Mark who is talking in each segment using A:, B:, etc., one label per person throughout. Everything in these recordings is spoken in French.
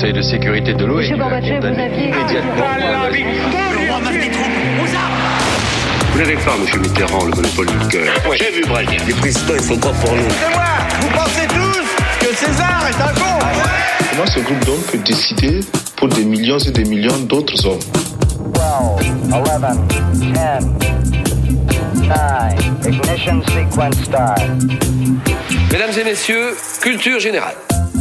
A: Conseil de sécurité de l'ONU a condamné immédiatement
B: Vous n'avez pas, M. Mitterrand, le monopole du cœur.
C: Ouais, j'ai vu Brel.
B: Les présidents, ils sont pas pour nous.
D: C'est moi. Vous pensez tous que César est un con?
E: Comment ce groupe d'hommes peut décider pour des millions et des millions d'autres hommes?
F: 12, 11, 10, 9, ignition sequence start.
G: Mesdames et messieurs, culture générale.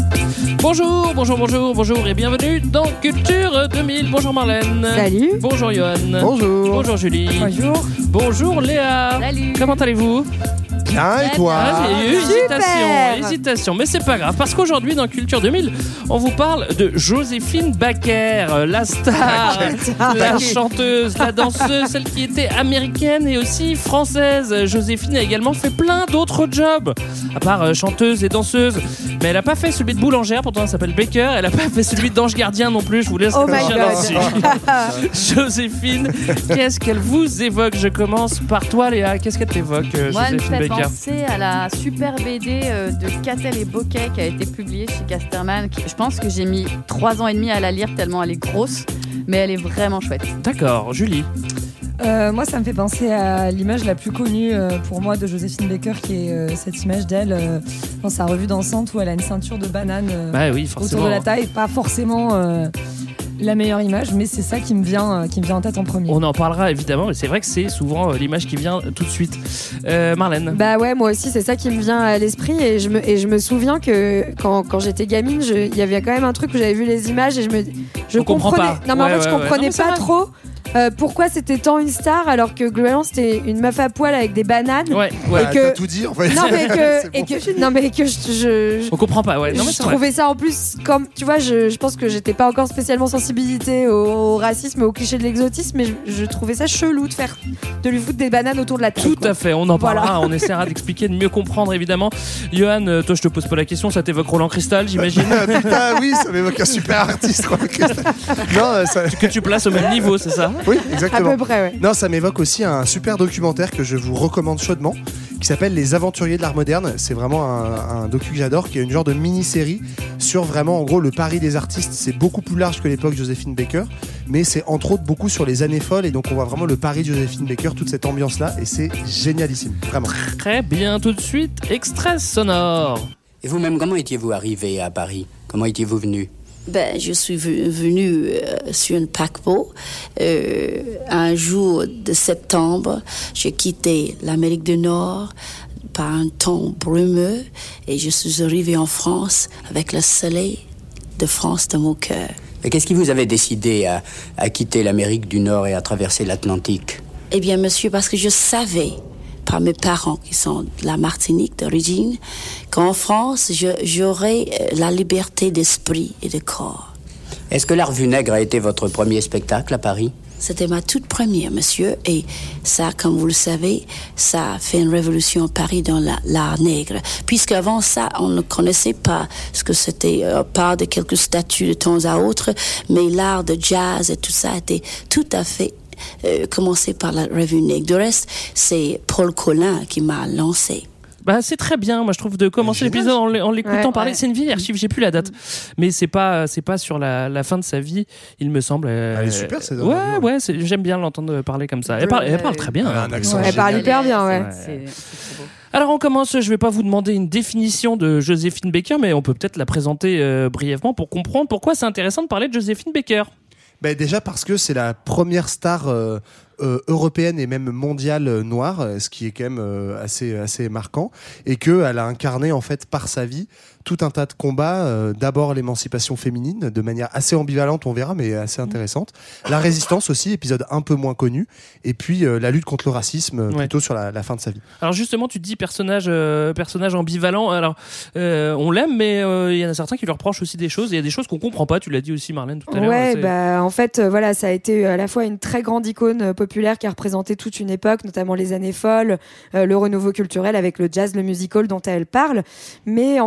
H: Bonjour et bienvenue dans Culture 2000. Bonjour Marlène.
I: Salut.
H: Bonjour Johan.
J: Bonjour.
H: Bonjour Julie.
I: Bonjour.
H: Bonjour Léa.
I: Salut.
H: Comment allez-vous?
J: Bien, et toi?
H: J'ai eu hésitation, mais c'est pas grave, parce qu'aujourd'hui dans Culture 2000, on vous parle de Joséphine Baker, la star, la chanteuse, la danseuse, celle qui était américaine et aussi française. Joséphine a également fait plein d'autres jobs, à part chanteuse et danseuse, mais elle a pas fait celui de boulangère, pourtant elle s'appelle Baker, elle a pas fait celui d'ange gardien non plus, je vous laisse réfléchir là-dessus. Joséphine, qu'est-ce qu'elle vous évoque? Je commence par toi Léa, qu'est-ce qu'elle t'évoque, Joséphine Baker?
I: Penser à la super BD de Catel et Bocquet qui a été publiée chez Casterman. Je pense que j'ai mis 3 ans et demi à la lire tellement elle est grosse, mais elle est vraiment chouette.
H: D'accord, Julie.
K: Moi, ça me fait penser à l'image la plus connue pour moi de Joséphine Baker, qui est cette image d'elle dans sa revue dansante où elle a une ceinture de banane autour de la taille. Pas forcément la meilleure image, mais c'est ça qui me vient en tête en premier.
H: On en parlera évidemment, mais c'est vrai que c'est souvent l'image qui vient tout de suite. Marlène.
L: Bah ouais, moi aussi c'est ça qui me vient à l'esprit, et je me souviens que quand j'étais gamine, il y avait quand même un truc où j'avais vu les images et je comprenais pas. Non mais en fait je comprenais pas trop. Pourquoi c'était tant une star alors que globalement c'était une meuf à poil avec des bananes
J: et que t'as tout dit en fait.
L: Non mais que
H: on comprend pas. Ouais. Non, mais
L: je trouvais ça en plus comme tu vois, je pense que j'étais pas encore spécialement sensibilisée au racisme et au cliché de l'exotisme, mais je trouvais ça chelou de lui foutre des bananes autour de la tête.
H: Tout à fait, on en parlera, on essaiera d'expliquer, de mieux comprendre évidemment. Johan, toi je te pose pas la question, ça t'évoque Roland Cristal, j'imagine.
J: Putain oui, ça m'évoque un super artiste Roland Cristal. Non,
H: que tu places au même niveau, c'est ça?
J: Oui, exactement.
L: À peu près, ouais.
J: Non, ça m'évoque aussi un super documentaire que je vous recommande chaudement, qui s'appelle Les Aventuriers de l'Art Moderne. C'est vraiment un docu que j'adore, qui est une genre de mini-série sur vraiment, en gros, le pari des artistes. C'est beaucoup plus large que l'époque Joséphine Baker, mais c'est entre autres beaucoup sur les années folles, et donc on voit vraiment le pari de Joséphine Baker, toute cette ambiance-là, et c'est génialissime, vraiment.
H: Très bien, tout de suite, extrait sonore.
C: Et vous-même, comment étiez-vous arrivé à Paris? Comment étiez-vous venu?
M: Je suis venue sur un paquebot. Un jour de septembre, j'ai quitté l'Amérique du Nord par un temps brumeux et je suis arrivée en France avec le soleil de France dans mon cœur.
C: Et qu'est-ce qui vous avait décidé à quitter l'Amérique du Nord et à traverser l'Atlantique?
M: Eh bien, monsieur, parce que je savais par mes parents qui sont de la Martinique d'origine, qu'en France, j'aurais la liberté d'esprit et de corps.
C: Est-ce que la Revue Nègre a été votre premier spectacle à Paris?
M: C'était ma toute première, monsieur, et ça, comme vous le savez, ça a fait une révolution à Paris dans l'art nègre. Puisqu'avant ça, on ne connaissait pas ce que c'était, part de quelques statuts de temps à autre, mais l'art de jazz et tout ça était tout à fait commencé par la Revue Nègre. Du reste, c'est Paul Collin qui m'a lancé.
H: C'est très bien, moi je trouve, de commencer l'épisode en l'écoutant parler. C'est une vieille archive, j'ai plus la date, mais c'est pas sur la fin de sa vie, il me semble.
J: Elle est super, c'est
H: j'aime bien l'entendre parler comme ça. Elle parle très bien.
J: Un accent
L: elle parle hyper bien, ouais.
I: C'est trop beau.
H: Alors on commence, je vais pas vous demander une définition de Joséphine Baker, mais on peut peut-être la présenter brièvement pour comprendre pourquoi c'est intéressant de parler de Joséphine Baker.
J: Déjà parce que c'est la première star européenne et même mondiale noire, ce qui est quand même assez marquant, et qu'elle a incarné en fait par sa vie tout un tas de combats, d'abord l'émancipation féminine de manière assez ambivalente, on verra, mais assez intéressante, la résistance aussi, épisode un peu moins connu, et puis la lutte contre le racisme plutôt sur la fin de sa vie. Alors
H: justement, tu te dis personnage ambivalent, alors on l'aime, mais il y en a certains qui lui reprochent aussi des choses, et il y a des choses qu'on comprend pas, tu l'as dit aussi Marlène tout à l'heure.
L: En fait ça a été à la fois une très grande icône populaire qui a représenté toute une époque, notamment les années folles, le renouveau culturel avec le jazz, le musical dont elle parle, mais en fait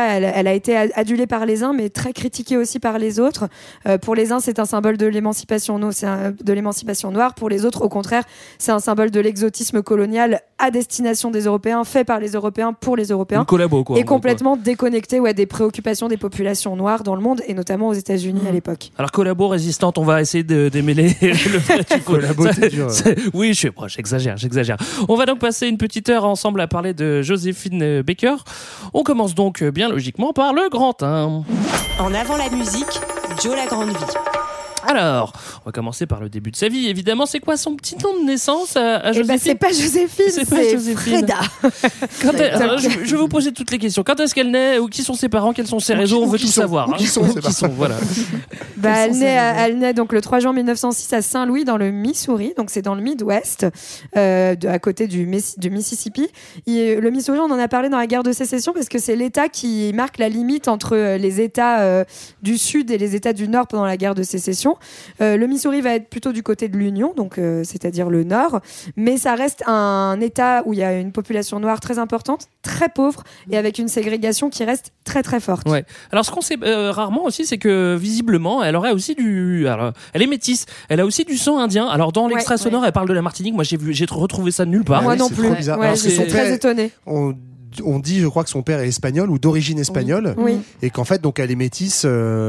L: voilà, elle a été adulée par les uns, mais très critiquée aussi par les autres. Pour les uns, c'est un symbole de l'émancipation noire. Pour les autres, au contraire, c'est un symbole de l'exotisme colonial à destination des Européens, fait par les Européens pour les Européens.
H: Une collabo, quoi.
L: Et complètement déconnecté des préoccupations des populations noires dans le monde, et notamment aux États-Unis à l'époque.
H: Alors, collabo, résistante, on va essayer de démêler le vrai du
J: collabo, c'est dur.
H: Oui, j'exagère. On va donc passer une petite heure ensemble à parler de Joséphine Baker. On commence donc bien logiquement par le grand 1.
N: En avant la musique, Joe la grande vie.
H: Alors, on va commencer par le début de sa vie. Évidemment, c'est quoi son petit nom de naissance à Joséphine ?
L: C'est pas Joséphine, c'est Freda.
H: Je vais vous poser toutes les questions. Quand est-ce qu'elle naît ? Ou qui sont ses parents ? Quels sont ses réseaux ? On veut tout savoir.
J: Qui sont
H: voilà.
L: Elle naît donc le 3 juin 1906 à Saint-Louis, dans le Missouri. Donc c'est dans le Midwest, à côté du Mississippi. Le Missouri, on en a parlé dans la guerre de sécession parce que c'est l'État qui marque la limite entre les États du Sud et les États du Nord pendant la guerre de sécession. Le Missouri va être plutôt du côté de l'Union, donc c'est-à-dire le Nord, mais ça reste un État où il y a une population noire très importante, très pauvre, et avec une ségrégation qui reste très très forte.
H: Ouais. Alors ce qu'on sait rarement aussi, c'est que visiblement, elle aurait aussi elle est métisse, elle a aussi du sang indien. Alors dans l'extrait sonore, elle parle de la Martinique. Moi, j'ai retrouvé ça nulle part.
L: Moi non plus.
J: Ouais,
L: je suis très étonnée.
J: On dit, je crois que son père est espagnol ou d'origine espagnole, et qu'en fait, donc, elle est métisse.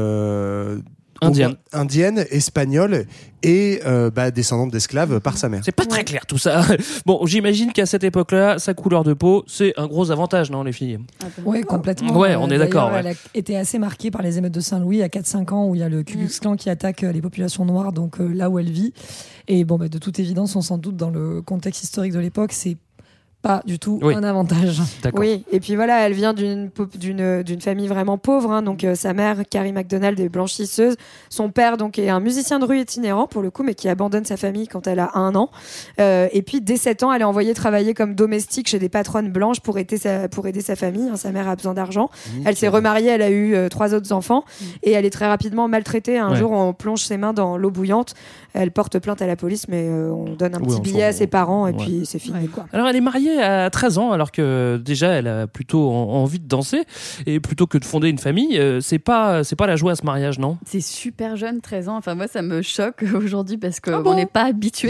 J: Indienne, espagnole et descendante d'esclaves par sa mère.
H: C'est pas très clair tout ça. Bon, j'imagine qu'à cette époque-là, sa couleur de peau, c'est un gros avantage, non, les filles ?
K: Oui, complètement.
H: Ouais, on est d'accord.
K: Elle a été assez marquée par les émeutes de Saint-Louis à 4-5 ans, où il y a le Ku Klux Klan qui attaque les populations noires, donc là où elle vit. Et de toute évidence, on s'en doute, dans le contexte historique de l'époque, c'est pas du tout un avantage.
H: D'accord.
L: Oui, et puis voilà, elle vient d'une famille vraiment pauvre, hein, donc sa mère, Carrie McDonald, est blanchisseuse. Son père donc est un musicien de rue itinérant pour le coup, mais qui abandonne sa famille quand elle a 1 an. Et puis dès 7 ans, elle est envoyée travailler comme domestique chez des patronnes blanches pour aider sa famille. Hein, sa mère a besoin d'argent. Elle s'est remariée, elle a eu 3 autres enfants, et elle est très rapidement maltraitée. Un jour, on plonge ses mains dans l'eau bouillante. Elle porte plainte à la police, mais on donne un petit billet à ses parents, et puis c'est fini, quoi.
H: Alors elle est mariée à 13 ans, alors que déjà elle a plutôt envie de danser, et plutôt que de fonder une famille, c'est pas la joie à ce mariage, non ?
I: C'est super jeune, 13 ans. Enfin moi ça me choque aujourd'hui parce qu'on n'est pas habitué.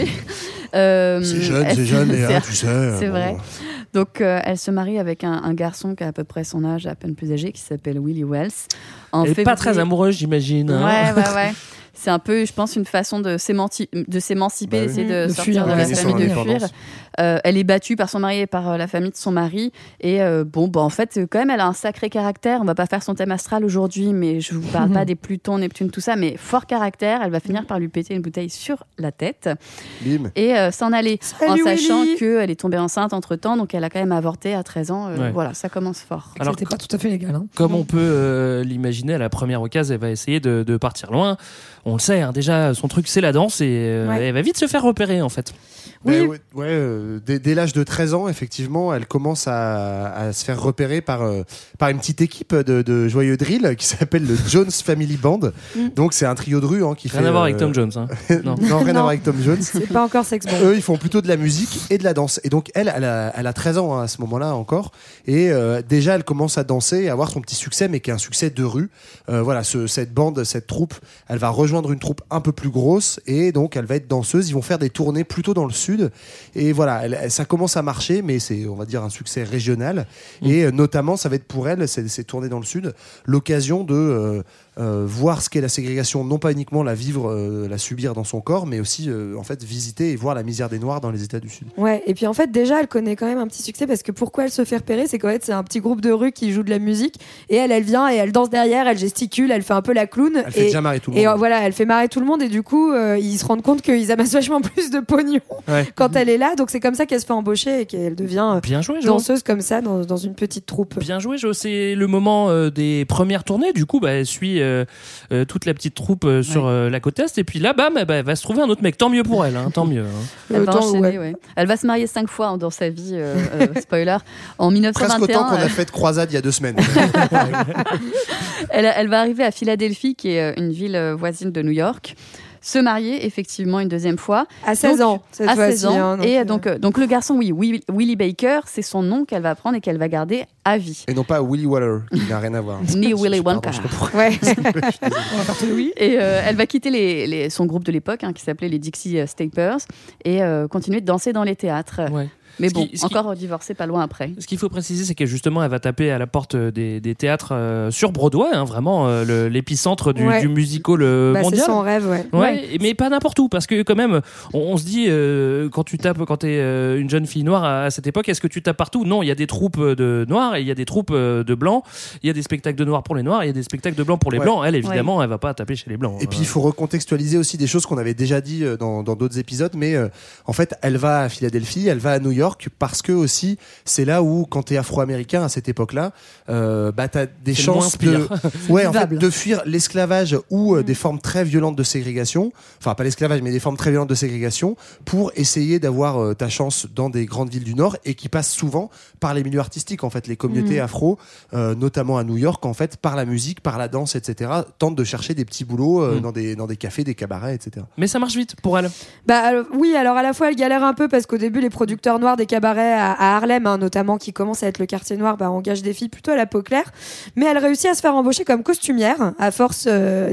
J: C'est jeune, Léa, tu sais.
I: C'est vrai. Donc elle se marie avec un garçon qui a à peu près son âge, à peine plus âgé, qui s'appelle Willie Wells.
H: Elle n'est pas très amoureuse, j'imagine.
I: Ouais. C'est un peu, je pense, une façon de s'émanciper, d'essayer de sortir de la famille, de fuir. Elle est battue par son mari et par la famille de son mari. Et en fait, quand même, elle a un sacré caractère. On va pas faire son thème astral aujourd'hui, mais je vous parle pas des Plutons, Neptune, tout ça, mais fort caractère. Elle va finir par lui péter une bouteille sur la tête.
J: Bim.
I: Et s'en aller. En sachant qu'elle est tombée enceinte entre-temps, donc elle a quand même avorté à 13 ans. Voilà, ça commence fort.
K: Alors, c'était pas tout à fait légal. Hein.
H: Comme on peut l'imaginer, à la première occasion, elle va essayer de partir loin. On le sait, hein, déjà, son truc, c'est la danse, et elle va vite se faire repérer, en fait.
J: Oui. Dès l'âge de 13 ans, effectivement, elle commence à se faire repérer par une petite équipe de joyeux drill qui s'appelle le Jones Family Band. Donc, c'est un trio de rue qui fait...
H: Rien à voir avec Tom Jones. Hein.
J: Non, rien à voir avec Tom Jones.
L: C'est pas encore Sex Bomb.
J: Eux, ils font plutôt de la musique et de la danse. Et donc, elle a 13 ans à ce moment-là encore. Et déjà, elle commence à danser et à avoir son petit succès, mais qui est un succès de rue. Cette bande, cette troupe, elle va rejoindre une troupe un peu plus grosse, et donc elle va être danseuse. Ils vont faire des tournées plutôt dans le sud, et voilà, ça commence à marcher, mais c'est, on va dire, un succès régional. Et notamment, ça va être pour elle, ces tournées dans le sud, l'occasion de voir ce qu'est la ségrégation, non pas uniquement la vivre, la subir dans son corps, mais aussi en fait visiter et voir la misère des Noirs dans les États du Sud.
L: Ouais, et puis en fait déjà elle connaît quand même un petit succès, parce que pourquoi elle se fait repérer, c'est qu'en fait c'est un petit groupe de rue qui joue de la musique, et elle vient et elle danse derrière, elle gesticule, elle fait un peu la clown,
J: elle fait déjà marrer tout le monde.
L: Et voilà, elle fait marrer tout le monde, et du coup ils se rendent compte qu'ils amassent vachement plus de pognon quand elle est là, donc c'est comme ça qu'elle se fait embaucher et qu'elle devient danseuse comme ça dans une petite troupe.
H: Bien joué, Jo. C'est le moment des premières tournées, du coup elle suit toute la petite troupe sur la côte est, et puis là bam, elle va se trouver un autre mec, tant mieux pour elle, hein, tant mieux.
I: Elle va enchaîner, Elle va se marier 5 fois dans sa vie, spoiler, en 1921.
J: Presque autant qu'on a fait de croisade il y a 2 semaines.
I: Elle va arriver à Philadelphie, qui est une ville voisine de New York. se marier effectivement une deuxième fois.
L: À 16 ans, cette fois-ci.
I: 16 ans. Et donc le garçon, Willie Baker, c'est son nom qu'elle va prendre et qu'elle va garder à vie.
J: Et non pas Willy Waller, qui n'a rien à voir.
I: Ni Willy Wonka.
L: Ouais.
I: Et elle va quitter son groupe de l'époque, qui s'appelait les Dixie Stapers, et continuer de danser dans les théâtres. Ouais. Mais bon, encore divorcée pas loin après.
H: Ce qu'il faut préciser, c'est que justement, elle va taper à la porte des théâtres sur Broadway, vraiment l'épicentre du musical mondial.
L: C'est son rêve,
H: ouais. Mais pas n'importe où, parce que quand même, on se dit, quand t'es une jeune fille noire à cette époque, est-ce que tu tapes partout ? Non, il y a des troupes de noirs et il y a des troupes de blancs. Il y a des spectacles de noirs pour les noirs, il y a des spectacles de blancs pour les blancs. Elle, évidemment, elle va pas taper chez les blancs.
J: Et puis, il faut recontextualiser aussi des choses qu'on avait déjà dit dans d'autres épisodes, mais en fait, elle va à Philadelphie, elle va à New York, parce que aussi c'est là où quand t'es afro-américain à cette époque-là, t'as des chances de fuir l'esclavage ou des formes très violentes de ségrégation, enfin pas l'esclavage mais des formes très violentes de ségrégation, pour essayer d'avoir ta chance dans des grandes villes du Nord, et qui passent souvent par les milieux artistiques en fait. Les communautés afro, notamment à New York, en fait, par la musique, par la danse, etc., tentent de chercher des petits boulots dans des cafés, des cabarets, etc.
H: Mais ça marche vite pour elle.
L: Oui, alors à la fois elle galère un peu parce qu'au début les producteurs noirs des cabarets à Harlem, notamment, qui commence à être le quartier noir, engagent des filles plutôt à la peau claire, mais elle réussit à se faire embaucher comme costumière à force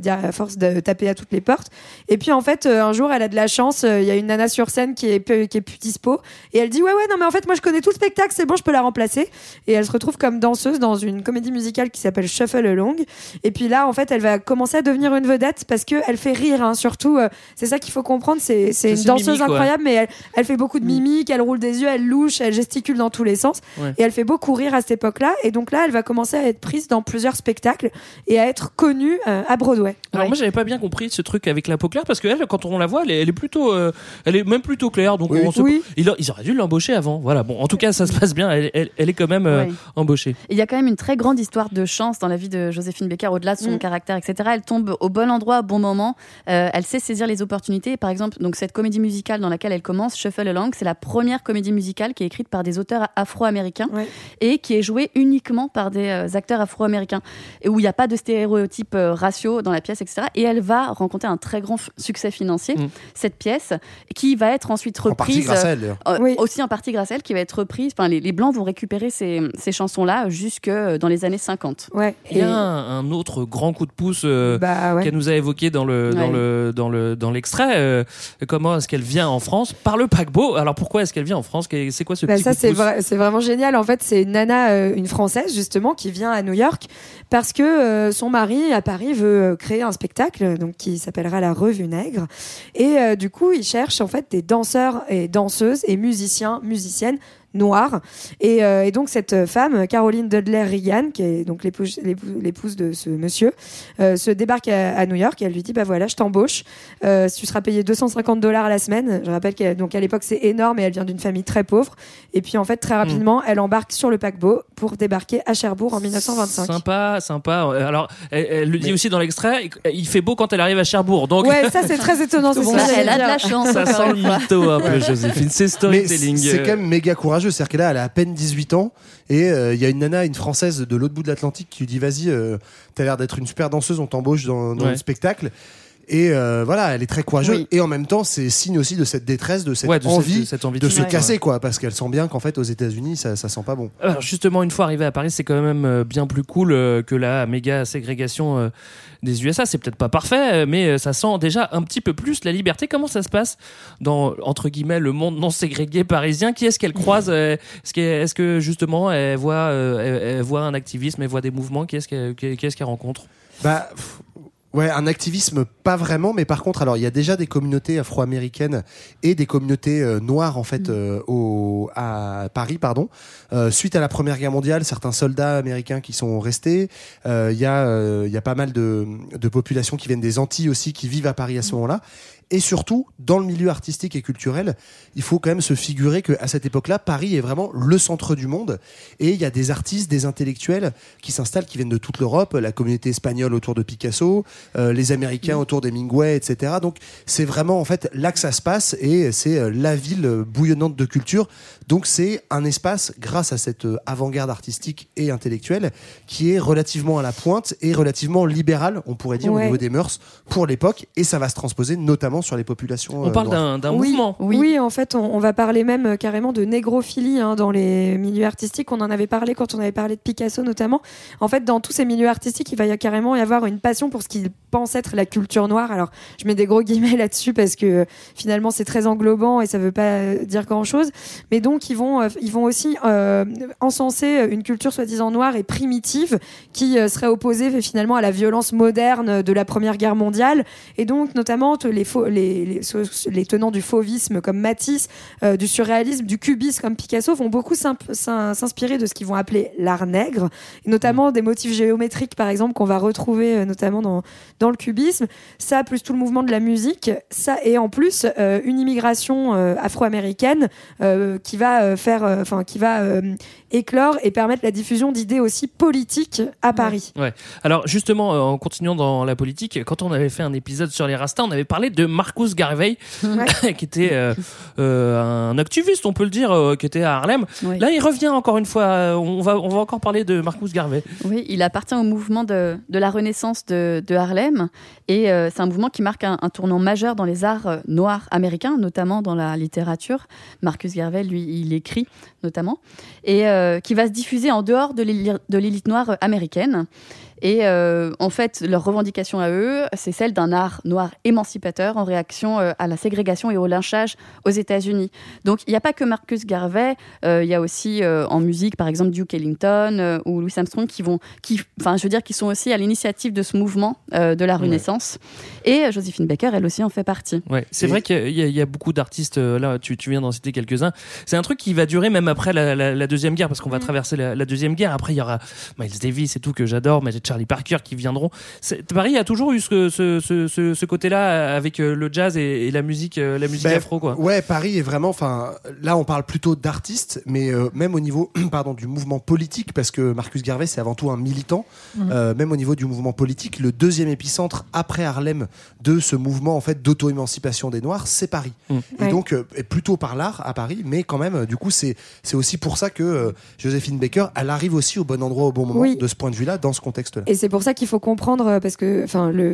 L: de taper à toutes les portes. Et puis en fait un jour elle a de la chance, il y a une nana sur scène qui est plus dispo, et elle dit ouais non mais en fait moi je connais tout le spectacle, c'est bon, je peux la remplacer. Et elle se retrouve comme danseuse dans une comédie musicale qui s'appelle Shuffle Along, et puis là en fait elle va commencer à devenir une vedette parce qu'elle fait rire, surtout c'est ça qu'il faut comprendre, c'est une danseuse incroyable, mais elle fait beaucoup de mimiques, elle roule des yeux, elle louche, elle gesticule dans tous les sens, et elle fait beaucoup rire à cette époque-là, et donc là elle va commencer à être prise dans plusieurs spectacles et à être connue à Broadway.
H: Alors moi j'avais pas bien compris ce truc avec la peau claire, parce qu'elle, quand on la voit, elle est même plutôt claire, donc ils auraient dû l'embaucher avant. Voilà, bon, en tout cas ça se passe bien, elle est quand même embauchée.
I: Il y a quand même une très grande histoire de chance dans la vie de Joséphine Baker, au-delà de son caractère, etc. Elle tombe au bon endroit, au bon moment, elle sait saisir les opportunités. Par exemple, donc cette comédie musicale dans laquelle elle commence, Shuffle Along, c'est la première comédie musicale qui est écrite par des auteurs afro-américains et qui est jouée uniquement par des acteurs afro-américains, et où il n'y a pas de stéréotypes raciaux dans la pièce, etc. Et elle va rencontrer un très grand succès financier, cette pièce, qui va être ensuite reprise, aussi en partie grâce à elle, qui va être reprise. Enfin, les Blancs vont récupérer ces chansons-là jusque dans les années 50.
H: Il y a un autre grand coup de pouce qu'elle nous a évoqué dans l'extrait. Comment est-ce qu'elle vient en France ? Par le paquebot. Alors pourquoi est-ce qu'elle vient en France ? C'est quoi ce petit coup de pouce ?
L: C'est vraiment génial. En fait, c'est une nana, une Française justement, qui vient à New York parce que son mari à Paris veut créer un spectacle, donc qui s'appellera la Revue Nègre, et du coup il cherche en fait des danseurs et danseuses et musiciennes noire, et donc cette femme, Caroline Dudley Reagan, qui est donc l'épouse de ce monsieur, se débarque à New York, et elle lui dit voilà, je t'embauche, tu seras payé $250 à la semaine. Je rappelle qu'à l'époque c'est énorme, et elle vient d'une famille très pauvre, et puis en fait très rapidement elle embarque sur le paquebot pour débarquer à Cherbourg en 1925.
H: Sympa. Alors elle le dit aussi dans l'extrait, il fait beau quand elle arrive à Cherbourg, donc
L: ça c'est très étonnant.
I: Elle a de la chance.
H: Ça sent le mytho un peu, Joséphine. C'est storytelling.
J: C'est quand même méga courageux. C'est-à-dire qu'elle a à peine 18 ans, et il y a une nana, une Française de l'autre bout de l'Atlantique, qui lui dit vas-y, t'as l'air d'être une super danseuse, on t'embauche dans le spectacle. Et elle est très courageuse, et en même temps c'est signe aussi de cette détresse, de cette envie de se casser, parce qu'elle sent bien qu'en fait aux États-Unis ça sent pas bon.
H: Alors justement, une fois arrivée à Paris, c'est quand même bien plus cool que la méga ségrégation des USA. C'est peut-être pas parfait, mais ça sent déjà un petit peu plus la liberté. Comment ça se passe dans, entre guillemets, le monde non ségrégué parisien ? Qui est-ce qu'elle croise ? Est-ce que justement elle voit un activisme, elle voit des mouvements ? Qui est-ce qu'elle rencontre ?
J: Un activisme pas vraiment, mais par contre, alors il y a déjà des communautés afro-américaines et des communautés noires en fait à Paris, suite à la Première Guerre mondiale, certains soldats américains qui sont restés. Il y a pas mal de populations qui viennent des Antilles aussi, qui vivent à Paris à ce moment-là. Et surtout, dans le milieu artistique et culturel, il faut quand même se figurer qu'à cette époque-là, Paris est vraiment le centre du monde. Et il y a des artistes, des intellectuels qui s'installent, qui viennent de toute l'Europe. La communauté espagnole autour de Picasso, les Américains autour d'Hemingway, etc. Donc c'est vraiment en fait là que ça se passe et c'est la ville bouillonnante de culture. Donc c'est un espace, grâce à cette avant-garde artistique et intellectuelle, qui est relativement à la pointe et relativement libéral, on pourrait dire, au niveau des mœurs pour l'époque, et ça va se transposer notamment sur les populations.
H: On parle d'un mouvement.
L: Oui, en fait, on va parler même carrément de négrophilie dans les milieux artistiques. On en avait parlé quand on avait parlé de Picasso notamment. En fait, dans tous ces milieux artistiques, il va carrément y avoir une passion pour ce qu'ils pensent être la culture noire. Alors, je mets des gros guillemets là-dessus parce que finalement, c'est très englobant et ça veut pas dire grand-chose. Mais donc, ils vont aussi encenser une culture soi-disant noire et primitive qui serait opposée finalement à la violence moderne de la Première Guerre mondiale. Et donc, notamment, les tenants du fauvisme comme Matisse, du surréalisme, du cubisme comme Picasso vont beaucoup s'inspirer de ce qu'ils vont appeler l'art nègre, et notamment des motifs géométriques, par exemple, qu'on va retrouver notamment dans le cubisme. Ça, plus tout le mouvement de la musique, ça, et en plus, une immigration afro-américaine qui va éclore et permettre la diffusion d'idées aussi politiques à Paris.
H: Ouais. Alors justement, en continuant dans la politique, quand on avait fait un épisode sur les Rastas, on avait parlé de Marcus Garvey, qui était un activiste, on peut le dire, qui était à Harlem. Oui. Là, il revient encore une fois. On va encore parler de Marcus Garvey.
I: Oui, il appartient au mouvement de la Renaissance de Harlem, et c'est un mouvement qui marque un tournant majeur dans les arts noirs américains, notamment dans la littérature. Marcus Garvey, lui, il écrit notamment, et qui va se diffuser en dehors de l'élite noire américaine. Et en fait, leur revendication à eux, c'est celle d'un art noir émancipateur en réaction à la ségrégation et au lynchage aux États-Unis. Donc, il n'y a pas que Marcus Garvey, il y a aussi en musique, par exemple, Duke Ellington ou Louis Armstrong qui sont aussi à l'initiative de ce mouvement de la Renaissance. Et Joséphine Baker, elle aussi, en fait partie.
H: Ouais, c'est vrai qu'il y a beaucoup d'artistes, là, tu viens d'en citer quelques-uns. C'est un truc qui va durer même après la Deuxième Guerre, parce qu'on va traverser la Deuxième Guerre. Après, il y aura Miles Davis et tout, que j'adore, mais Charlie Parker qui viendront. Paris a toujours eu ce côté-là avec le jazz et la musique afro, quoi.
J: Ouais, Paris est vraiment. Enfin, là, on parle plutôt d'artistes, mais même au niveau, du mouvement politique, parce que Marcus Garvey, c'est avant tout un militant. Même au niveau du mouvement politique, le deuxième épicentre après Harlem de ce mouvement en fait d'auto-émancipation des Noirs, c'est Paris. Et donc, plutôt par l'art à Paris, mais quand même, du coup, c'est aussi pour ça que Joséphine Baker, elle arrive aussi au bon endroit au bon moment de ce point de vue-là, dans ce contexte-là.
L: Et c'est pour ça qu'il faut comprendre, parce que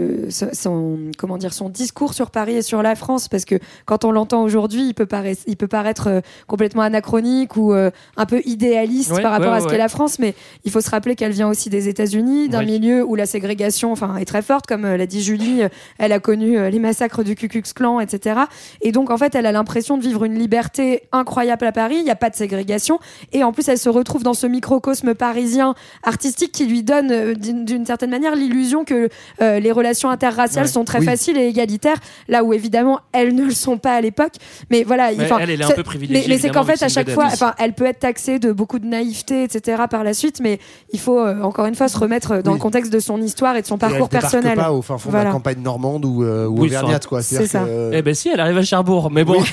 L: son discours sur Paris et sur la France, parce que quand on l'entend aujourd'hui, il peut paraître complètement anachronique ou un peu idéaliste par rapport à ce qu'est la France, mais il faut se rappeler qu'elle vient aussi des États-Unis, d'un milieu où la ségrégation est très forte, comme l'a dit Julie, elle a connu les massacres du Ku Klux Klan, etc. Et donc en fait, elle a l'impression de vivre une liberté incroyable à Paris, il n'y a pas de ségrégation, et en plus elle se retrouve dans ce microcosme parisien artistique qui lui donne d'une certaine manière l'illusion que les relations interraciales sont très faciles et égalitaires, là où évidemment elles ne le sont pas à l'époque. Mais voilà,
H: elle est un peu privilégiée.
L: Mais c'est qu'en fait, à chaque fois, elle peut être taxée de beaucoup de naïveté, etc. par la suite, mais il faut encore une fois se remettre dans le contexte de son histoire et de son parcours personnel.
J: Elle débarque pas au fin fond de la campagne normande ou auvergnate, quoi.
L: C'est ça.
H: Eh ben si, elle arrive à Cherbourg, mais bon.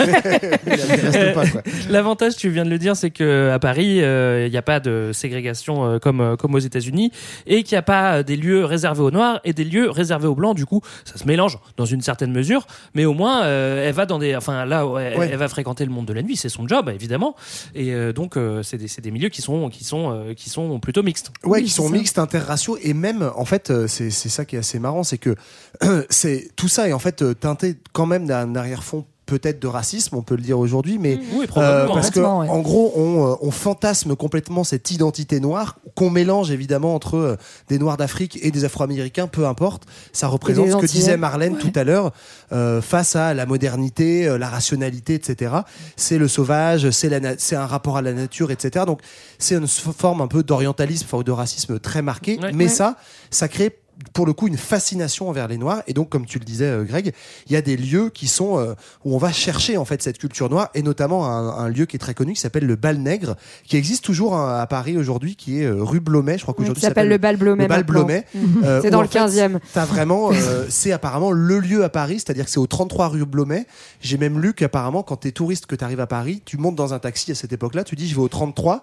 H: L'avantage, tu viens de le dire, c'est que à Paris, il n'y a pas de ségrégation comme aux États-Unis, et qu'il n'y a pas des lieux réservés aux Noirs et des lieux réservés aux Blancs. Du coup, ça se mélange dans une certaine mesure, mais au moins, elle va elle va fréquenter le monde de la nuit, c'est son job, évidemment, et donc c'est des milieux qui sont plutôt mixtes.
J: Ouais, qui sont mixtes, interraciaux, et même en fait, c'est ça qui est assez marrant, c'est que tout ça est en fait teinté quand même d'un arrière-fond peut-être de racisme, on peut le dire aujourd'hui, mais parce que en gros, on fantasme complètement cette identité noire qu'on mélange évidemment entre des Noirs d'Afrique et des Afro-Américains, peu importe. Ça représente ce que disait Marlène tout à l'heure, face à la modernité, la rationalité, etc. C'est le sauvage, c'est un rapport à la nature, etc. Donc c'est une forme un peu d'orientalisme, ou de racisme très marqué, mais ça crée pour le coup une fascination envers les Noirs, et donc comme tu le disais Greg, il y a des lieux qui sont où on va chercher en fait cette culture noire, et notamment un lieu qui est très connu qui s'appelle le Bal Nègre, qui existe toujours à Paris aujourd'hui, qui est rue Blomet, je crois qu'aujourd'hui
L: ça s'appelle le Bal Blomet.
J: Le Bal Blomet,
L: c'est dans le 15e.
J: T'as vraiment c'est apparemment le lieu à Paris, c'est-à-dire que c'est au 33 rue Blomet. J'ai même lu qu'apparemment quand t'es touriste, que t'arrives à Paris, tu montes dans un taxi à cette époque-là, tu dis je vais au 33,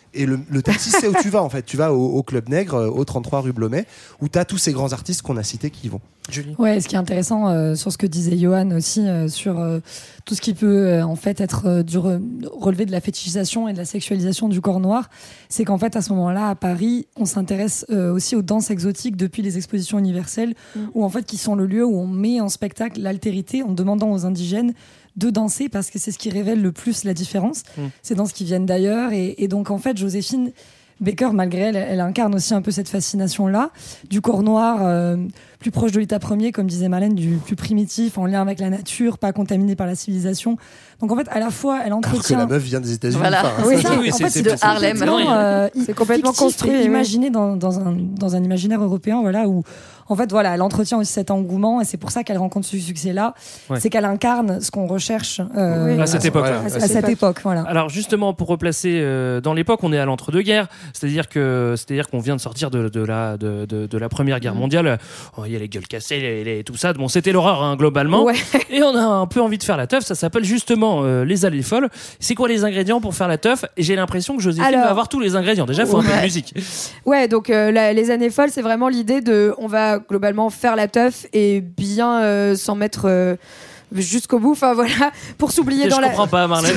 J: Et le taxi, c'est où tu vas en fait. Tu vas au Club Nègre, au 33 rue Blomet, où tu as tous ces grands artistes qu'on a cités qui y vont.
H: Julie.
K: Ouais, ce qui est intéressant sur ce que disait Johan aussi, sur tout ce qui peut en fait être relevé de la fétichisation et de la sexualisation du corps noir, c'est qu'en fait à ce moment-là à Paris, on s'intéresse aussi aux danses exotiques depuis les expositions universelles, où en fait qui sont le lieu où on met en spectacle l'altérité en demandant aux indigènes de danser parce que c'est ce qui révèle le plus la différence. Ces danses qui viennent d'ailleurs et donc en fait Joséphine Baker, malgré elle incarne aussi un peu cette fascination-là du corps noir, plus proche de l'état premier, comme disait Marlène, du plus primitif, en lien avec la nature, pas contaminé par la civilisation. Donc en fait, à la fois, elle entretient...
J: Alors que la meuf vient des États-Unis.
I: Voilà.
K: En fait,
I: c'est de Harlem.
K: C'est complètement construit, imaginé dans un imaginaire européen, voilà, où en fait, voilà, elle entretient aussi cet engouement et c'est pour ça qu'elle rencontre ce succès-là. Ouais. C'est qu'elle incarne ce qu'on recherche
H: à cette époque.
K: À cette époque, voilà.
H: Alors justement, pour replacer dans l'époque, on est à l'entre-deux-guerres, c'est-à-dire qu'on vient de sortir de la Première Guerre mondiale. Il y a les gueules cassées, tout ça. Bon, c'était l'horreur hein, globalement. Ouais. Et on a un peu envie de faire la teuf. Ça s'appelle justement les Allées folles. C'est quoi les ingrédients pour faire la teuf? Et j'ai l'impression que Joséphine va avoir tous les ingrédients. Déjà, il faut un peu de musique.
L: Ouais, donc les années folles, c'est vraiment l'idée de, on va globalement faire la teuf et bien s'en mettre jusqu'au bout, enfin voilà, pour s'oublier dans la...
H: Je comprends pas, Marlène.